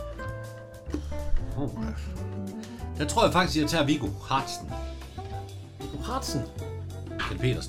B: Der tror jeg faktisk, at jeg tager Viggo Hartsen.
C: Viggo Hartsen?
B: Kjeld Petersen.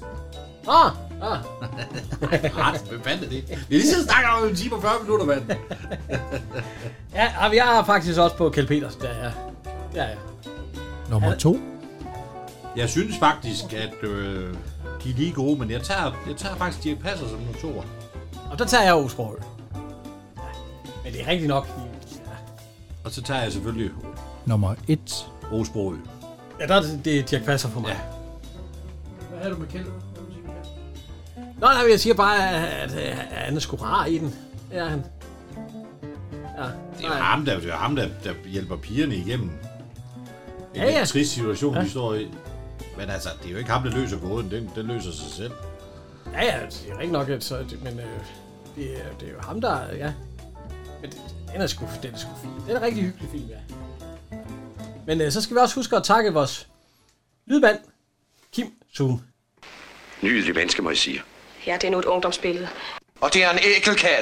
B: Hartsen, hvem fanden er det? Vi har lige så snakket om en time og 40 minutter, mand.
C: Ja, jeg er faktisk også på Kjeld Petersen. Ja.
A: Nummer 2.
B: Jeg synes faktisk, at de er lige gode, men jeg tager faktisk Dirch Passer som nummer 2.
C: Og der tager jeg Aage Sprogøe. Ja. Men det er rigtigt nok. Ja.
B: Og så tager jeg selvfølgelig
A: nummer 1.
B: Aage Sprogøe.
C: Ja, der er det Dirch Passer for mig. Ja.
I: Hvad har du med Kjeld?
C: Nå, nej, jeg siger bare, at han er sgu rar i den. Det er han. Ja.
B: Det er jo ham, der hjælper pigerne igennem en trist situation, de står i. Men altså, det er jo ikke ham, der løser gåden. Den løser sig selv.
C: Ja, det er rigtig nok. Men det er jo ham, der... Ja. Men den er sgu fint. Det er en rigtig hyggelig film, ja. Men så skal vi også huske at takke vores lydmand, Kim Zoom.
D: Nydelig menneske, må jeg sige.
H: Ja, det er nu et ungdomsbillede.
G: Og det er en ækelkald.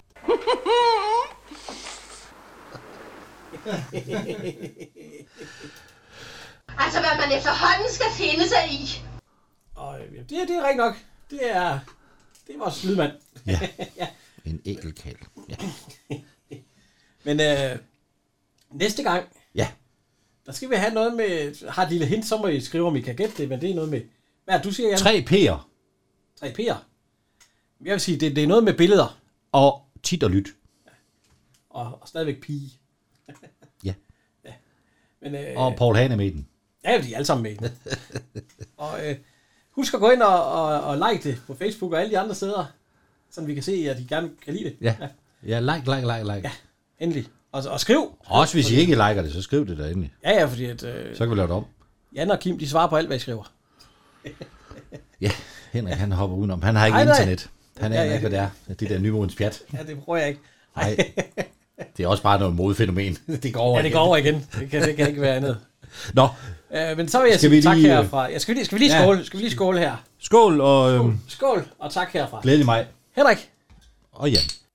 F: Altså, hvad man efterhånden skal finde sig i.
C: Og det er rigtig nok. Det er vores lydmand.
B: Ja. Ja. En ækelkald. Ja.
C: Men næste gang, der skal vi have noget med... Har et lille hint, så må I skrive, om I kan gætte det, men det er noget med... Hvad er du siger, Jan?
B: 3 P'er.
C: 3 P'er? Jeg vil sige, det er noget med billeder.
B: Og tit og lyt.
C: Ja. Og stadigvæk pige.
B: Ja.
C: Men,
B: og Paul Hane med den.
C: Ja, de er alle sammen med den. Og husk at gå ind og like det på Facebook og alle de andre steder, så vi kan se, at de gerne kan lide det.
B: Ja, like.
C: Ja, endelig. Og skriv.
B: Også hvis I ikke liker det, så skriv det der endelig.
C: Ja, fordi at...
B: så kan vi lave det om.
C: Jan og Kim, de svarer på alt, hvad I skriver.
B: Ja, Henrik, han hopper udenom. Han har ikke internet. Han er ikke, hvad det er. Det der nymodens pjat.
C: Ja, det prøver jeg ikke.
B: Nej, det er også bare noget modefænomen. Det går over
C: igen. Ja, det går over igen. Det kan ikke være andet.
B: Nå.
C: Men så vil jeg sige tak herfra. Ja, skal vi lige skåle? Skal vi lige skåle her?
B: Skål og...
C: Skål og tak herfra.
B: Glædelig mig.
C: Henrik.
B: Og Jan.